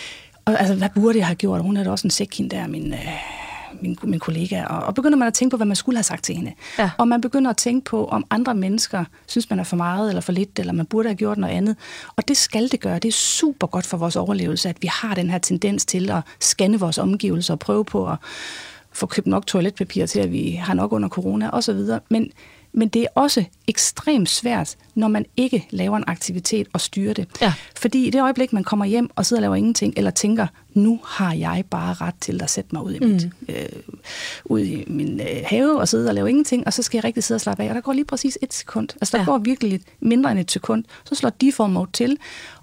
og altså, hvad burde jeg have gjort? Hun er da også en sækkind der, min... Øh, Min, min kollega, og, og begynder man at tænke på, hvad man skulle have sagt til hende. Ja. Og man begynder at tænke på, om andre mennesker synes, man er for meget eller for lidt, eller man burde have gjort noget andet. Og det skal det gøre. Det er super godt for vores overlevelse, at vi har den her tendens til at scanne vores omgivelser og prøve på at få købt nok toiletpapir til, at vi har nok under corona osv. Men, men det er også ekstremt svært, når man ikke laver en aktivitet og styrer det. Ja. Fordi i det øjeblik, man kommer hjem og sidder og laver ingenting, eller tænker, nu har jeg bare ret til at sætte mig ud i, mit, mm. øh, ud i min øh, have og sidde og lave ingenting, og så skal jeg rigtig sidde og slappe af. Og der går lige præcis et sekund. Altså der ja. går virkelig mindre end et sekund. Så slår default mode til,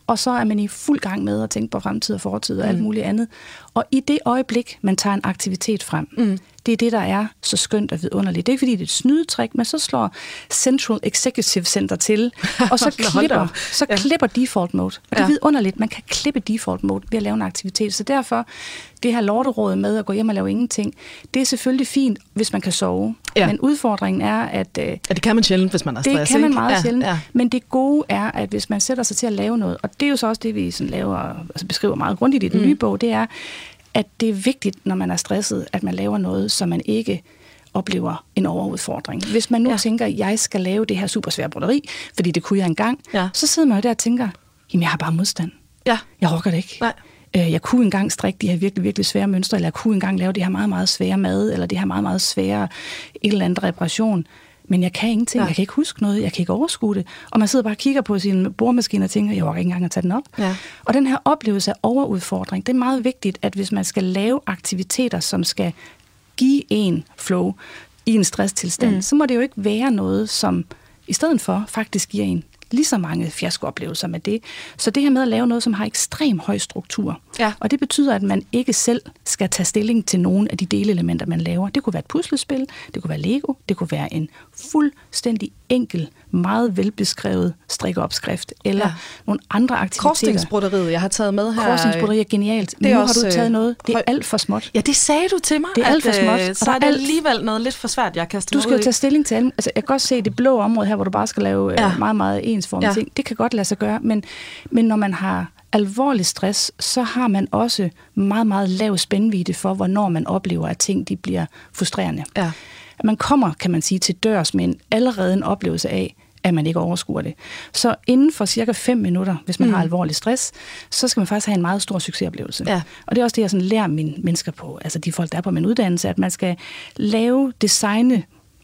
og så er man i fuld gang med at tænke på fremtid og fortid og mm. alt muligt andet. Og i det øjeblik, man tager en aktivitet frem, mm. det er det, der er så skønt og vidunderligt. Det er ikke, fordi det er et snydetrik, men så slår Central Executive Center til, og så klipper, så ja. klipper default mode. Og det er ja. vidunderligt. Man kan klippe default mode ved at lave en aktivitet. Så derfor, det her lorteråd med at gå hjem og lave ingenting, det er selvfølgelig fint, hvis man kan sove. Ja. Men udfordringen er, at... Øh, ja, det kan man sjældent, hvis man er stresset. Det kan man meget ja, sjældent. Ja. Men det gode er, at hvis man sætter sig til at lave noget, og det er jo så også det, vi sådan laver, altså beskriver meget grundigt i den mm. nye bog, det er, at det er vigtigt, når man er stresset, at man laver noget, så man ikke oplever en overudfordring. Hvis man nu ja. tænker, at jeg skal lave det her supersvære broderi, fordi det kunne jeg engang, ja. så sidder man jo der og tænker, jamen jeg har bare modstand. Ja. Jeg rokker det ikke. Nej. Jeg kunne engang strikke de her virkelig, virkelig svære mønstre, eller jeg kunne engang lave det her meget, meget svære mad, eller det her meget, meget svære et eller andet reparation. Men jeg kan ingenting. Ja. Jeg kan ikke huske noget. Jeg kan ikke overskue det. Og man sidder bare og kigger på sin boremaskine og tænker, jeg orker ikke engang at tage den op. Ja. Og den her oplevelse af overudfordring, det er meget vigtigt, at hvis man skal lave aktiviteter, som skal give en flow i en stresstilstand, mm. så må det jo ikke være noget, som i stedet for faktisk giver en lige så mange fiaskooplevelser med det. Så det her med at lave noget, som har ekstrem høj struktur, ja. og det betyder, at man ikke selv skal tage stilling til nogle af de delelementer, man laver. Det kunne være et puslespil, det kunne være Lego, det kunne være en fuldstændig enkel, meget velbeskrevet strikkeopskrift, eller ja. nogle andre aktiviteter. Korsstængsbroderiet, jeg har taget med her. Korsstængsbroderiet er genialt. Det er nu også, har du taget noget. Det er alt for småt. Ja, det sagde du til mig. Det er alt for småt. Øh, så er det alligevel noget lidt for svært, jeg kaster Du skal jo tage stilling til. Altså, jeg kan godt se det blå område her, hvor du bare skal lave ja. øh, meget, meget ensformede ja. ting. Det kan godt lade sig gøre, men, men når man har alvorlig stress, så har man også meget, meget lav spændvidde for, hvornår man oplever, at ting de bliver frustrerende. Ja. Man kommer, kan man sige, til dørs med en allerede en oplevelse af, at man ikke overskuer det. Så inden for cirka fem minutter, hvis man mm. har alvorlig stress, så skal man faktisk have en meget stor succesoplevelse. Ja. Og det er også det, jeg sådan lærer mine mennesker på, altså de folk, der er på min uddannelse, at man skal lave, designe,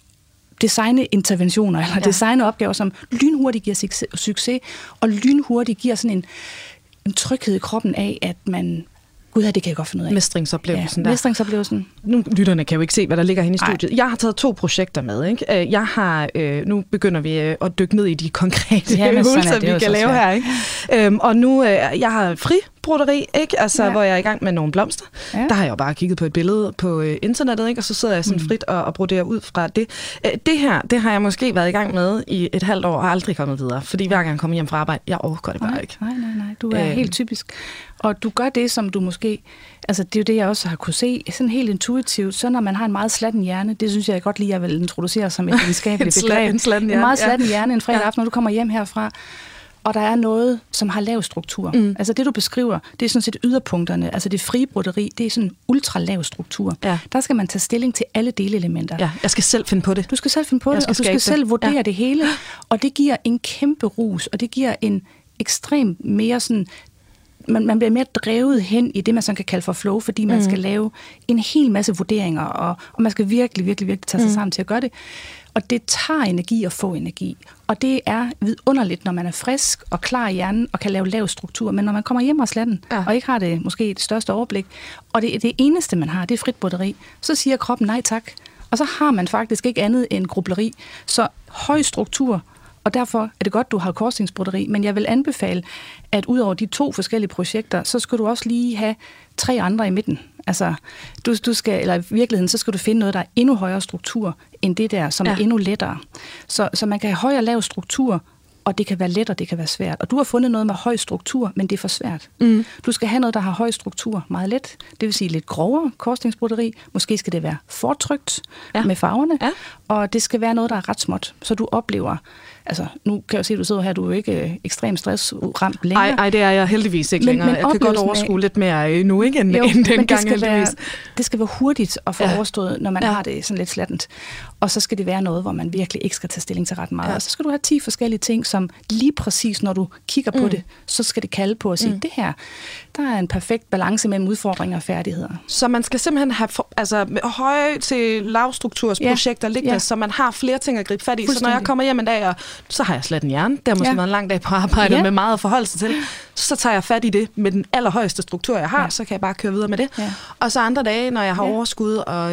designe interventioner, eller ja. designe opgaver, som lynhurtigt giver succes, og lynhurtigt giver sådan en, en tryghed i kroppen af, at man Gud, det kan jeg godt finde ud af. Mestringsoplevelsen ja, der. Mestringsoplevelsen. Nu, lytterne kan jo ikke se, hvad der ligger henne i studiet. Ej. Jeg har taget to projekter med, ikke? Jeg har, øh, nu begynder vi øh, at dykke ned i de konkrete ja, øvelser, vi kan lave her, ikke? Øhm, og nu, øh, jeg har fri broderi, ikke? Altså, ja. hvor jeg er i gang med nogle blomster. Ja. Der har jeg jo bare kigget på et billede på øh, internettet, ikke? Og så sidder jeg sådan mm. frit og, og broderer ud fra det. Øh, det her, det har jeg måske været i gang med i et halvt år og har aldrig kommet videre. Fordi hver gang jeg kommer hjem fra arbejde, jeg overgår det bare nej, ikke. Nej, nej, nej. Du er øh, helt typisk. Og du gør det, som du måske... Altså, det er jo det, jeg også har kunne se, sådan helt intuitivt. Så når man har en meget slatten hjerne, det synes jeg godt lige, jeg vil introducere som et videnskabeligt begreb. En, slatten hjerne. En meget slatten ja. hjerne en fredag aften, når du kommer hjem herfra, og der er noget, som har lav struktur. Mm. Altså det, du beskriver, det er sådan set yderpunkterne. Altså det frie broderi, det er sådan ultra lav struktur. Ja. Der skal man tage stilling til alle delelementer. Ja, jeg skal selv finde på det. Du skal selv finde på det, og du skal selv vurdere ja. det hele. Og det giver en kæmpe rus, og det giver en ekstrem mere sådan... Man, man bliver mere drevet hen i det, man sådan kan kalde for flow, fordi man mm. skal lave en hel masse vurderinger, og, og man skal virkelig, virkelig, virkelig tage sig mm. sammen til at gøre det. Og det tager energi at få energi. Og det er vidunderligt, når man er frisk og klar i hjernen og kan lave lav struktur. Men når man kommer hjem og slatten, ja. og ikke har det måske det største overblik, og det, det eneste, man har, det er frit broderi, så siger kroppen nej tak. Og så har man faktisk ikke andet end grubleri. Så høj struktur, og derfor er det godt, du har korsstængsbroderi, men jeg vil anbefale, at ud over de to forskellige projekter, så skal du også lige have tre andre i midten. Altså, du, du skal, eller i virkeligheden, så skal du finde noget, der er endnu højere struktur end det der, som ja. er endnu lettere. Så, så man kan have høj og lav struktur, og det kan være let, og det kan være svært. Og du har fundet noget med høj struktur, men det er for svært. Mm. Du skal have noget, der har høj struktur meget let. Det vil sige lidt grovere korsstængsbroderi. Måske skal det være fortrykt ja. med farverne. Ja. Og det skal være noget, der er ret småt, så du oplever... Altså, nu kan jeg se, at du sidder her, du er jo ikke øh, ekstremt stressramt længere. Nej, det er jeg heldigvis ikke men, længere. Men jeg kan godt overskue med, lidt mere nu, ikke, end, jo, end den gang heldigvis. Være, det skal være hurtigt at få ja. overstået, når man ja. har det sådan lidt slattent. Og så skal det være noget, hvor man virkelig ikke skal tage stilling til ret meget. Ja. Og så skal du have ti forskellige ting, som lige præcis, når du kigger på mm. det, så skal det kalde på at sige, mm. det her, der er en perfekt balance mellem udfordringer og færdigheder. Så man skal simpelthen have for, altså, høje til lavstruktursprojekter ja. liggende, ja. så man har flere ting at gribe fat i. Så når jeg kommer hjem en dag, og så har jeg slet en hjerne. Det har måske ja. været en lang dag på arbejde ja. med meget at forholde sig til. Så tager jeg fat i det med den allerhøjeste struktur, jeg har, ja. så kan jeg bare køre videre med det. Ja. Og så andre dage, når jeg har ja. overskud, og øh,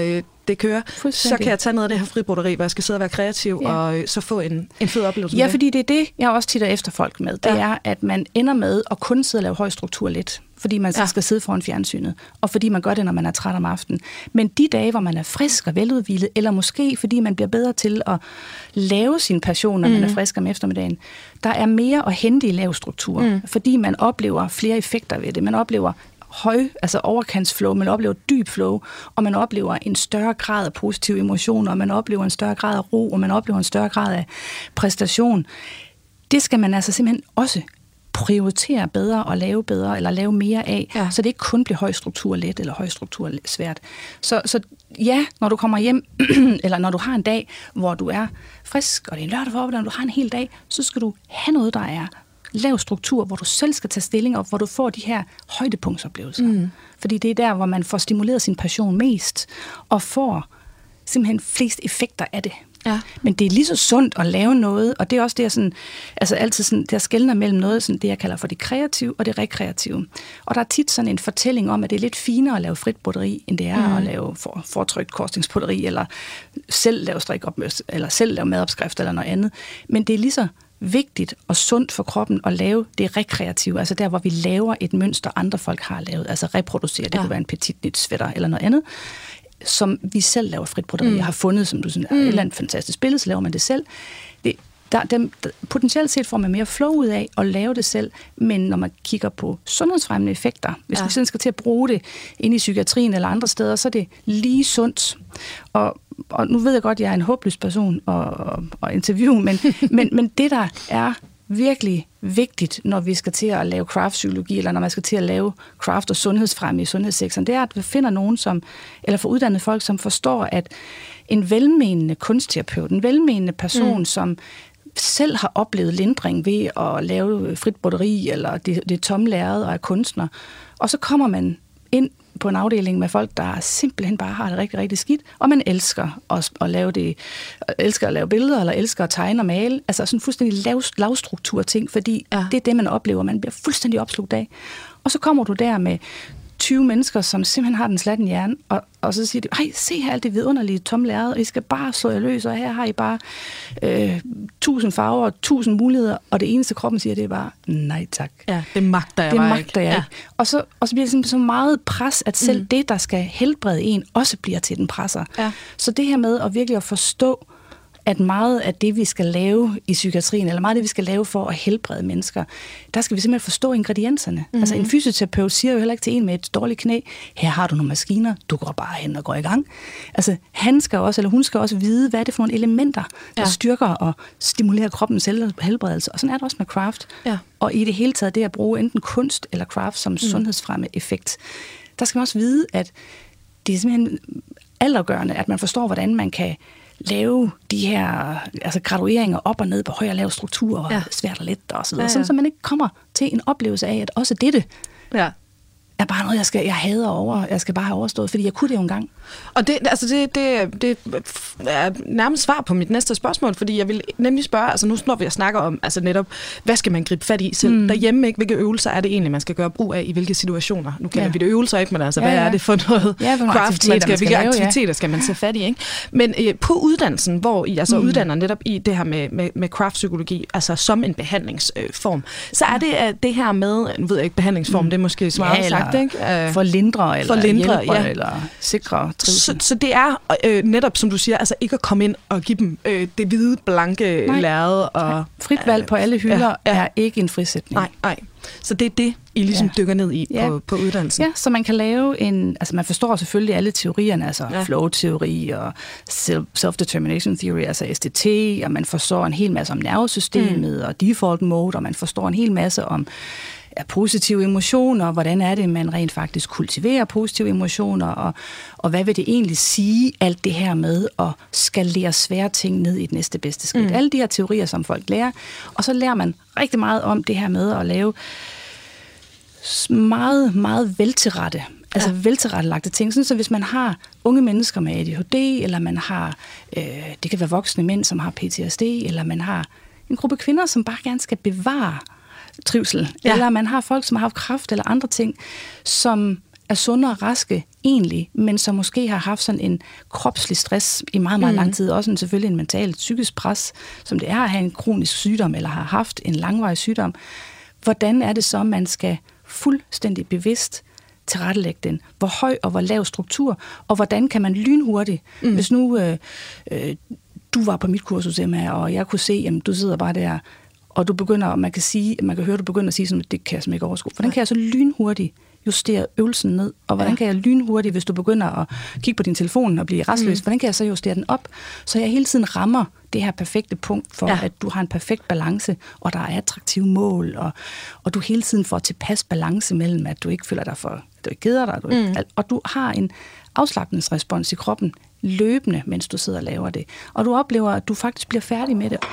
det kører, så kan jeg tage noget af det her fribroderi, hvor jeg skal sidde og være kreativ, ja. og så få en, en fed oplevelse. Ja, fordi det er det, jeg også titter efter folk med. Det ja. er, at man ender med at kun sidde og lave høj struktur lidt, fordi man ja. skal sidde foran fjernsynet, og fordi man gør det, når man er træt om aftenen. Men de dage, hvor man er frisk og veludhvilet, eller måske fordi man bliver bedre til at lave sin passion, når mm. man er frisk om eftermiddagen, der er mere at hente i lav struktur, mm. fordi man oplever flere effekter ved det. Man oplever høj, altså overkantsflow, man oplever dyb flow, og man oplever en større grad af positive emotioner, og man oplever en større grad af ro, og man oplever en større grad af præstation. Det skal man altså simpelthen også prioritere bedre og lave bedre, eller lave mere af, ja. så det ikke kun bliver høj struktur let, eller høj struktur svært. Så, så ja, når du kommer hjem, eller når du har en dag, hvor du er frisk, og det er en lørdag for, når du har en hel dag, så skal du have noget, der er lav struktur, hvor du selv skal tage stilling op, hvor du får de her højdepunktsoplevelser. Mm. Fordi det er der, hvor man får stimuleret sin passion mest, og får simpelthen flest effekter af det. Ja. Men det er lige så sundt at lave noget, og det er også det, jeg sådan, altså altid sådan, der skelner mellem noget, sådan det jeg kalder for det kreative og det rekreative. Og der er tit sådan en fortælling om, at det er lidt finere at lave frit broderi, end det er mm. at lave for, fortrykt korsningsbroderi, eller selv lave strikop, eller selv lave madopskrift, eller noget andet. Men det er lige så vigtigt og sundt for kroppen at lave det rekreative, altså der, hvor vi laver et mønster, andre folk har lavet, altså reproducere, det ja. kunne være en petit nyt sweater eller noget andet, som vi selv laver frit broderi, mm. har fundet, som du synes, mm. et eller andet fantastisk billede, så laver man det selv. Det, der, dem, der, potentielt set får man mere flow ud af at lave det selv, men når man kigger på sundhedsfremmende effekter, hvis ja. vi sådan skal til at bruge det inde i psykiatrien eller andre steder, så er det lige sundt. Og, og nu ved jeg godt, at jeg er en håbløs person at, at interviewe, men, men, men det, der er virkelig vigtigt, når vi skal til at lave craft-psykologi, eller når man skal til at lave craft- og sundhedsfremme i sundhedssektoren, det er, at vi finder nogen, som, eller får uddannet folk, som forstår, at en velmenende kunstterapeut, en velmenende person, mm. som selv har oplevet lindring ved at lave frit broderi, eller det, det tomme lærred og er kunstner, og så kommer man ind på en afdeling med folk, der simpelthen bare har det rigtig, rigtig skidt, og man elsker at, at lave det, elsker at lave billeder, eller elsker at tegne og male, altså sådan fuldstændig lav, lavstruktur ting, fordi ja. det er det, man oplever, man bliver fuldstændig opslugt af. Og så kommer du der med tyve mennesker, som simpelthen har den slatten hjerne, og, og så siger de, ej, se her alt det vidunderlige tomme lærred, og I skal bare slå jer løs, og her har I bare øh, tusind farver og tusind muligheder, og det eneste kroppen siger, det er bare, nej tak. Ja, det magter jeg det bare magter jeg ikke. ikke. Ja. Og, så, og så bliver det simpelthen så meget pres, at selv mm. det, der skal helbrede en, også bliver til den presser. Ja. Så det her med at virkelig at forstå, at meget af det, vi skal lave i psykiatrien, eller meget af det, vi skal lave for at helbrede mennesker, der skal vi simpelthen forstå ingredienserne. Mm-hmm. Altså en fysioterapeut siger jo heller ikke til en med et dårligt knæ, her har du nogle maskiner, du går bare hen og går i gang. Altså han skal også, eller hun skal også vide, hvad er det for nogle elementer, der ja. styrker og stimulerer kroppens helbredelse. Og sådan er det også med craft. Ja. Og i det hele taget, det at bruge enten kunst eller craft som mm. sundhedsfremme effekt, der skal man også vide, at det er simpelthen altafgørende, at man forstår, hvordan man kan lave de her altså gradueringer op og ned på høj og lav struktur, og ja. svært og let og så videre, ja, ja. Sådan, så man ikke kommer til en oplevelse af, at også dette ja. er bare noget, jeg, skal, jeg hader over, jeg skal bare have overstået, fordi jeg kunne det jo engang. Og det, altså det, det, det er nærmest svar på mit næste spørgsmål, fordi jeg vil nemlig spørge, altså nu når vi snakker om, altså netop, hvad skal man gribe fat i selv mm. derhjemme, ikke? Hvilke øvelser er det egentlig, man skal gøre brug af, i hvilke situationer? Nu kender ja. vi det øvelser, ikke? Men altså, ja, ja. hvad er det for noget ja, for craft, man skal, man skal hvilke lave, aktiviteter ja. skal man tage fat i, ikke? Men øh, på uddannelsen, hvor I altså mm. uddanner netop i det her med, med, med craft-psykologi, altså som en behandlingsform, øh, så er det at det her med, nu ved jeg ikke, behandlingsform, mm. det er måske smart ja, sagt, ikke? Øh, for lindre, eller for lindre, hjælper, ja. eller sikre. Så, så det er øh, netop, som du siger, altså ikke at komme ind og give dem øh, det hvide, blanke lærred. Og frit valg på alle hylder ja, ja. er ikke en frisætning. Nej, nej. Så det er det, I ligesom ja. dykker ned i ja. på, på uddannelsen. Ja, så man kan lave en, altså man forstår selvfølgelig alle teorierne, altså ja. flow-teori og self-determination theory, altså S D T, og man forstår en hel masse om nervesystemet mm. og default mode, og man forstår en hel masse om af positive emotioner, hvordan er det, man rent faktisk kultiverer positive emotioner, og, og hvad vil det egentlig sige, alt det her med at skalere svære ting ned i det næste bedste skridt. Mm. Alle de her teorier, som folk lærer, og så lærer man rigtig meget om det her med at lave meget, meget veltilrette, altså ja. veltilrettelagte ting, sådan så hvis man har unge mennesker med A D H D, eller man har, øh, det kan være voksne mænd, som har P T S D, eller man har en gruppe kvinder, som bare gerne skal bevare trivsel, ja. eller man har folk, som har haft kræft eller andre ting, som er sunde og raske egentlig, men som måske har haft sådan en kropslig stress i meget, meget mm. lang tid. Også en, selvfølgelig en mental, psykisk pres, som det er at have en kronisk sygdom, eller har haft en langvarig sygdom. Hvordan er det så, man skal fuldstændig bevidst tilrettelægge den? Hvor høj og hvor lav struktur, og hvordan kan man lynhurtigt, mm. hvis nu øh, øh, du var på mit kursus, Emma, og jeg kunne se, at du sidder bare der, og du begynder, man kan sige, man kan høre, du begynder at sige sådan, at det kan jeg simpelthen ikke overskue. Hvordan kan jeg så lynhurtigt justere øvelsen ned, og hvordan ja. kan jeg lynhurtigt, hvis du begynder at kigge på din telefon og blive rastløs, mm. hvordan kan jeg så justere den op, så jeg hele tiden rammer det her perfekte punkt for, ja. at du har en perfekt balance, og der er attraktive mål, og, og du hele tiden får tilpas balance mellem, at du ikke føler dig for, du ikke keder dig, du ikke, mm. og du har en afslapningsrespons i kroppen løbende, mens du sidder og laver det. Og du oplever, at du faktisk bliver færdig med det.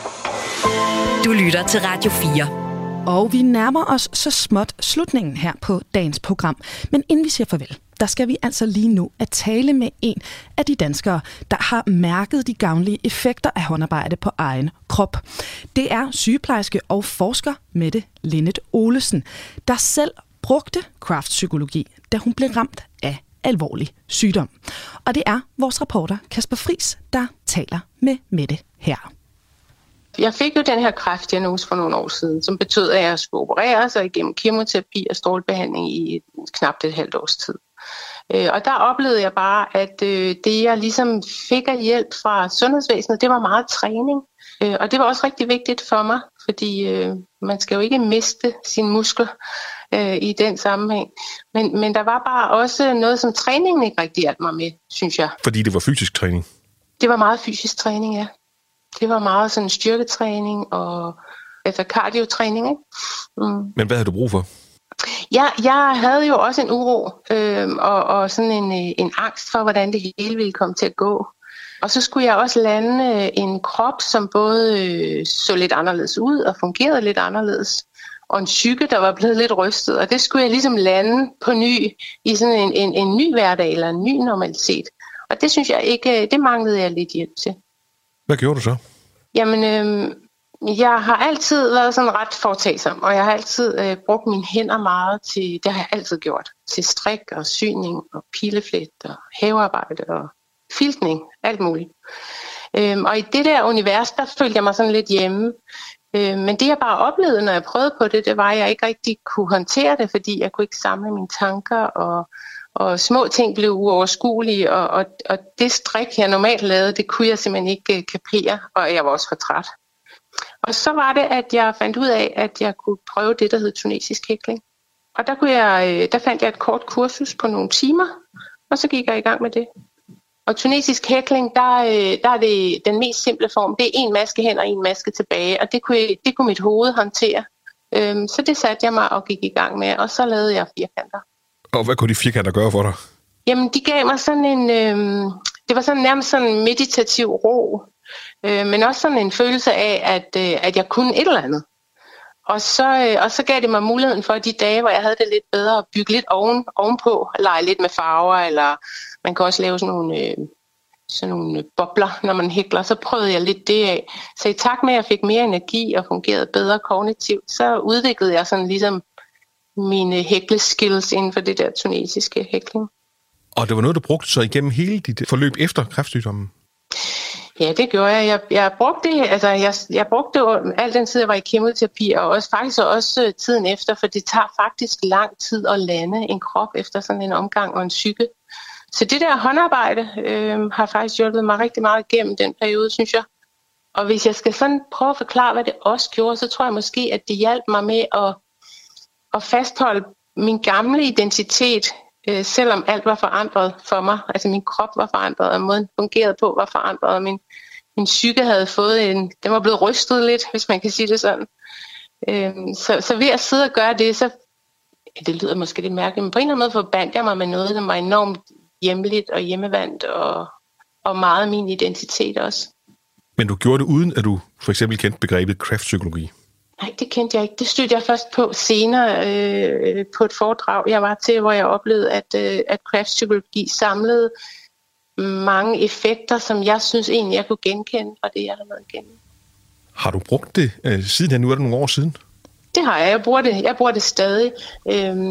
Du lytter til Radio fire. Og vi nærmer os så småt slutningen her på dagens program. Men inden vi siger farvel, der skal vi altså lige nu at tale med en af de danskere, der har mærket de gavnlige effekter af håndarbejde på egen krop. Det er sygeplejerske og forsker Mette Linnet Olesen, der selv brugte kræftpsykologi, da hun blev ramt af alvorlig sygdom. Og det er vores reporter Kasper Friis, der taler med Mette her. Jeg fik jo den her kræftdiagnose for nogle år siden, som betød, at jeg skulle opereres og igennem kemoterapi og strålebehandling i knap et halvt års tid. Og der oplevede jeg bare, at det jeg ligesom fik af hjælp fra sundhedsvæsenet, det var meget træning. Og det var også rigtig vigtigt for mig, fordi man skal jo ikke miste sine muskler i den sammenhæng. Men, men der var bare også noget, som træningen ikke rigtig hjalp mig med, synes jeg. Fordi det var fysisk træning? Det var meget fysisk træning, ja. Det var meget sådan styrketræning og altså cardiotræning, ikke? Mm. Men hvad havde du brug for? Ja, jeg havde jo også en uro øh, og, og sådan en, en angst for, hvordan det hele ville komme til at gå. Og så skulle jeg også lande en krop, som både øh, så lidt anderledes ud og fungerede lidt anderledes. Og en psyke, der var blevet lidt rystet. Og det skulle jeg ligesom lande på ny i sådan en, en, en ny hverdag eller en ny normalitet. Og det synes jeg ikke, det manglede jeg lidt hjælp til. Hvad gjorde du så? Jamen, øh, jeg har altid været sådan ret foretagsom, og jeg har altid øh, brugt mine hænder meget til, det har jeg altid gjort, til strik og syning og pileflet og havearbejde og filtning, alt muligt. Øh, og i det der univers, der følte jeg mig sådan lidt hjemme. Øh, men det jeg bare oplevede, når jeg prøvede på det, det var, at jeg ikke rigtig kunne håndtere det, fordi jeg kunne ikke samle mine tanker, og Og små ting blev uoverskuelige, og, og, og det strik, jeg normalt lavede, det kunne jeg simpelthen ikke uh, kapere, og jeg var også for træt. Og så var det, at jeg fandt ud af, at jeg kunne prøve det, der hed tunesisk hækling. Og der, kunne jeg, der fandt jeg et kort kursus på nogle timer, og så gik jeg i gang med det. Og tunesisk hækling, der, der er det den mest simple form. Det er en maske hen og en maske tilbage, og det kunne, det kunne mit hoved håndtere. Um, så det satte jeg mig og gik i gang med, og så lavede jeg firkanter. Og hvad kunne de firkanter gøre for dig? Jamen, de gav mig sådan en, øh, det var sådan nærmest sådan en meditativ ro, øh, men også sådan en følelse af, at, øh, at jeg kunne et eller andet. Og så, øh, og så gav det mig muligheden for de dage, hvor jeg havde det lidt bedre, at bygge lidt oven, ovenpå, lege lidt med farver, eller man kan også lave sådan nogle, øh, sådan nogle bobler, når man hækler. Så prøvede jeg lidt det af. Så i takt med, at jeg fik mere energi og fungerede bedre kognitivt, så udviklede jeg sådan ligesom mine hækleskills inden for det der tunesiske hækling. Og det var noget, du brugte så igennem hele dit forløb efter kræftsygdommen? Ja, det gjorde jeg. Jeg, jeg brugte det, altså jeg, jeg brugte det al den tid, jeg var i kemoterapi, og også, faktisk også tiden efter, for det tager faktisk lang tid at lande en krop efter sådan en omgang og en psyke. Så det der håndarbejde øh, har faktisk hjulpet mig rigtig meget igennem den periode, synes jeg. Og hvis jeg skal sådan prøve at forklare, hvad det også gjorde, så tror jeg måske, at det hjalp mig med at at fastholde min gamle identitet, øh, selvom alt var forandret for mig. Altså min krop var forandret, og måden fungerede på var forandret, og min, min psyke havde fået en, den var blevet rystet lidt, hvis man kan sige det sådan. Øh, så, så ved at sidde og gøre det, så, det lyder måske lidt mærkeligt, men på en eller anden måde forbandt jeg mig med noget, der var enormt hjemligt og hjemmevandt, og, og meget min identitet også. Men du gjorde det uden, at du for eksempel kendte begrebet kræftpsykologi? Nej, det kendte jeg ikke. Det stødte jeg først på senere øh, på et foredrag, jeg var til, hvor jeg oplevede, at, øh, at kræftpsykologi samlede mange effekter, som jeg synes egentlig, jeg kunne genkende fra det, jeg har været igennem. Har du brugt det øh, siden her? Nu er det nogle år siden? Det har jeg. Jeg bruger det, jeg bruger det stadig. Øhm,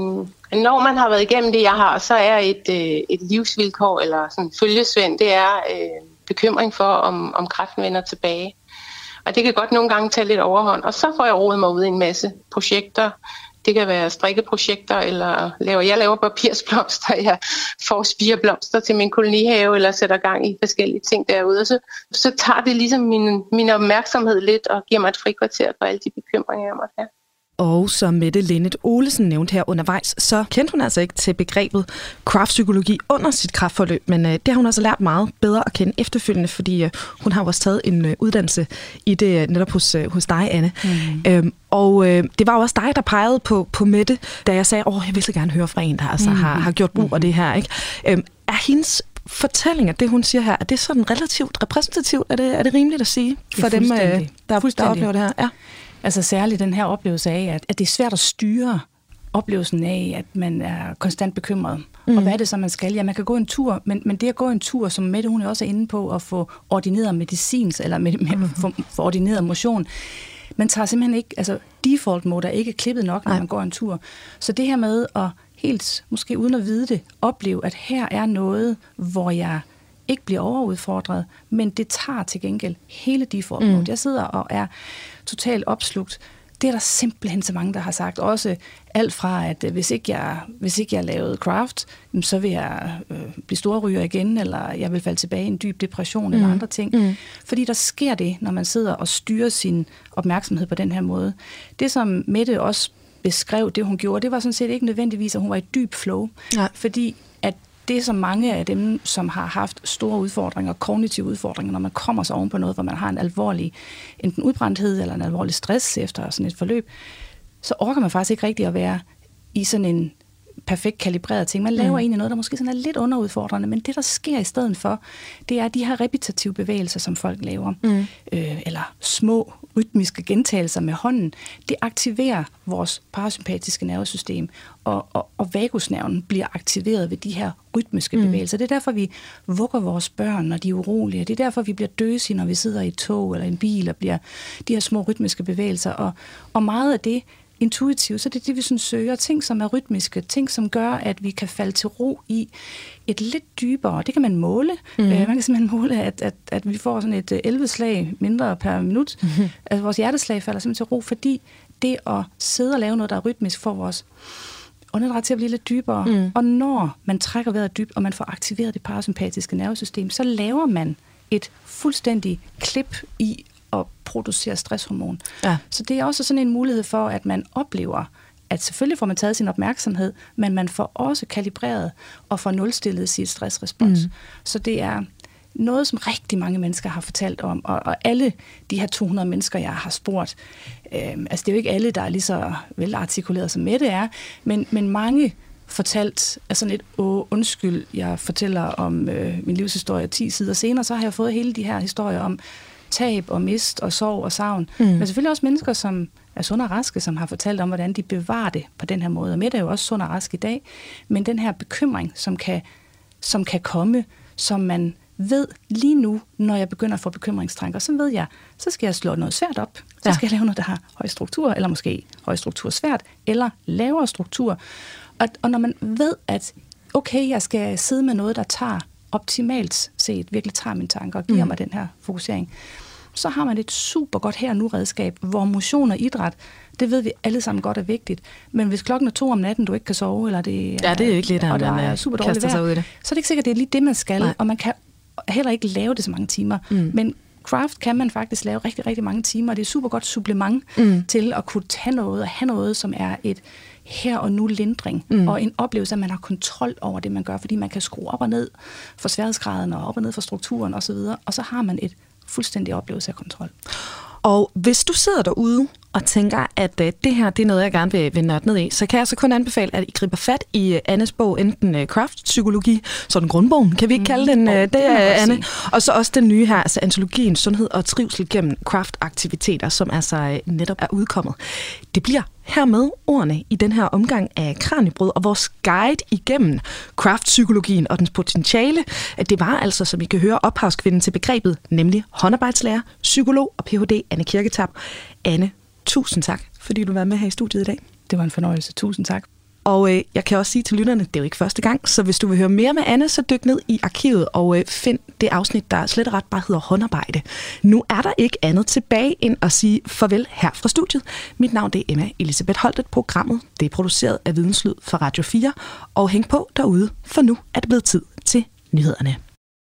Når man har været igennem det, jeg har, så er et, øh, et livsvilkår eller sådan følgesvend, det er øh, bekymring for, om, om kræften vender tilbage. Og det kan godt nogle gange tage lidt overhånd, og så får jeg rodet mig ud i en masse projekter. Det kan være strikkeprojekter, eller laver, jeg laver papirsblomster, jeg får spireblomster til min kolonihave, eller sætter gang i forskellige ting derude. Så, så tager det ligesom min, min opmærksomhed lidt, og giver mig et frikvarter for alle de bekymringer, jeg måtte have. Og som Mette Linnet Olesen nævnte her undervejs, så kendte hun altså ikke til begrebet kræftpsykologi under sit kræftforløb, men øh, det har hun altså lært meget bedre at kende efterfølgende, fordi øh, hun har også taget en øh, uddannelse i det øh, netop hos, øh, hos dig, Anne. Mm. Øhm, og øh, det var også dig, der pegede på, på Mette, da jeg sagde, åh, jeg vil så gerne høre fra en, der altså, mm. har, har gjort brug af det her. Ikke? Øhm, er hendes fortællinger, det hun siger her, er det sådan relativt repræsentativt? Er det, er det rimeligt at sige for dem, øh, der, der oplever det her? Ja. Altså særligt den her oplevelse af, at, at det er svært at styre oplevelsen af, at man er konstant bekymret. Mm. Og hvad er det så, man skal? Ja, man kan gå en tur, men, men det at gå en tur, som Mette hun er også er inde på, at få ordineret medicins, eller med, med, få, få ordineret motion, man tager simpelthen ikke, altså default mode er ikke klippet nok, når Nej. man går en tur. Så det her med at helt, måske uden at vide det, opleve, at her er noget, hvor jeg ikke bliver overudfordret, men det tager til gengæld hele default mode. Mm. Jeg sidder og er totalt opslugt. Det er der simpelthen så mange, der har sagt. Også alt fra, at hvis ikke jeg, hvis ikke jeg lavede craft, så vil jeg øh, blive storryger igen, eller jeg vil falde tilbage i en dyb depression mm. eller andre ting. Mm. Fordi der sker det, når man sidder og styrer sin opmærksomhed på den her måde. Det, som Mette også beskrev, det hun gjorde, det var sådan set ikke nødvendigvis, at hun var i dyb flow. Ja. Fordi at det, som mange af dem, som har haft store udfordringer, kognitive udfordringer, når man kommer sig oven på noget, hvor man har en alvorlig enten udbrændthed eller en alvorlig stress efter sådan et forløb, så orker man faktisk ikke rigtig at være i sådan en perfekt kalibreret ting. Man laver mm. egentlig noget, der måske sådan er lidt underudfordrende, men det, der sker i stedet for, det er de her repetitive bevægelser, som folk laver, mm. øh, eller små rytmiske gentagelser med hånden. Det aktiverer vores parasympatiske nervesystem, og, og, og vagusnerven bliver aktiveret ved de her rytmiske mm. bevægelser. Det er derfor, vi vugger vores børn, når de er urolige. Det er derfor, vi bliver døsige, når vi sidder i et tog eller en bil, og bliver de her små rytmiske bevægelser. Og, og meget af det intuitivt, så det er det, vi sådan søger. Ting, som er rytmiske, ting, som gør, at vi kan falde til ro i et lidt dybere, det kan man måle. Mm. Øh, man kan simpelthen måle, at, at, at vi får sådan et elleve slag mindre per minut. Mm-hmm. Altså vores hjerteslag falder simpelthen til ro, fordi det at sidde og lave noget, der er rytmisk, får vores åndedræt til at blive lidt dybere. Mm. Og når man trækker vejret dybt, og man får aktiveret det parasympatiske nervesystem, så laver man et fuldstændig klip i at producere stresshormon. Ja. Så det er også sådan en mulighed for, at man oplever, at selvfølgelig får man taget sin opmærksomhed, men man får også kalibreret og får nulstillet sit stressrespons. Mm. Så det er noget, som rigtig mange mennesker har fortalt om, og, og alle de her to hundrede mennesker, jeg har spurgt, øh, altså det er jo ikke alle, der er lige så velartikuleret som Mette er, men, men mange fortalt, altså sådan et, åh, undskyld, jeg fortæller om øh, min livshistorie ti sider senere, så har jeg fået hele de her historier om tab og mist og sorg og savn. Mm. Men selvfølgelig også mennesker, som er sunde og raske, som har fortalt om, hvordan de bevarer det på den her måde. Og Mette er jo også sund og rask i dag, men den her bekymring, som kan, som kan komme, som man ved lige nu, når jeg begynder at få bekymringstrænker, så ved jeg, så skal jeg slå noget svært op. Så ja. skal jeg lave noget, der har høj struktur, eller måske høj struktur svært, eller lavere struktur. Og, og når man ved, at okay, jeg skal sidde med noget, der tager optimalt set, virkelig tager mine tanker og giver mm. mig den her fokusering, så har man et super godt her nu redskab, hvor motion og idræt, det ved vi alle sammen godt er vigtigt. Men hvis klokken er to om natten, du ikke kan sove, eller det er, ja, det er ikke lidt, og der er super dårligt vejr, så er det ikke sikkert, det er lige det, man skal, Nej. og man kan heller ikke lave det så mange timer. Mm. Men craft kan man faktisk lave rigtig, rigtig mange timer, og det er et super godt supplement mm. til at kunne tage noget og have noget, som er et her og nu lindring, mm. og en oplevelse, at man har kontrol over det, man gør, fordi man kan skrue op og ned for sværhedsgraden og op og ned for strukturen osv., og så har man et fuldstændig oplevelse af kontrol. Og hvis du sidder derude og tænker, at uh, det her det er noget, jeg gerne vil, vil nørde ned i, så kan jeg så kun anbefale, at I griber fat i uh, Annes bog, enten uh, Kræftpsykologi, sådan grundbogen, kan vi ikke kalde den, uh, det, det er Anne, og så også den nye her, altså antologien Sundhed og Trivsel gennem Kræftaktiviteter, som altså uh, netop er udkommet. Det bliver hermed ordene i den her omgang af Kraniebrød, og vores guide igennem kræftpsykologien og dens potentiale, at det var altså, som I kan høre, ophavskvinden til begrebet, nemlig håndarbejdslærer, psykolog og P H D Anne Kirketab. Anne, tusind tak, fordi du var med her i studiet i dag. Det var en fornøjelse. Tusind tak. Og øh, jeg kan også sige til lytterne, det er jo ikke første gang, så hvis du vil høre mere med Anne, så dyk ned i arkivet og øh, find det afsnit, der slet og ret bare hedder håndarbejde. Nu er der ikke andet tilbage end at sige farvel her fra studiet. Mit navn det er Emma Elisabeth Holtet. Programmet det er produceret af Videnslyd for Radio fire. Og hæng på derude, for nu er det blevet tid til nyhederne.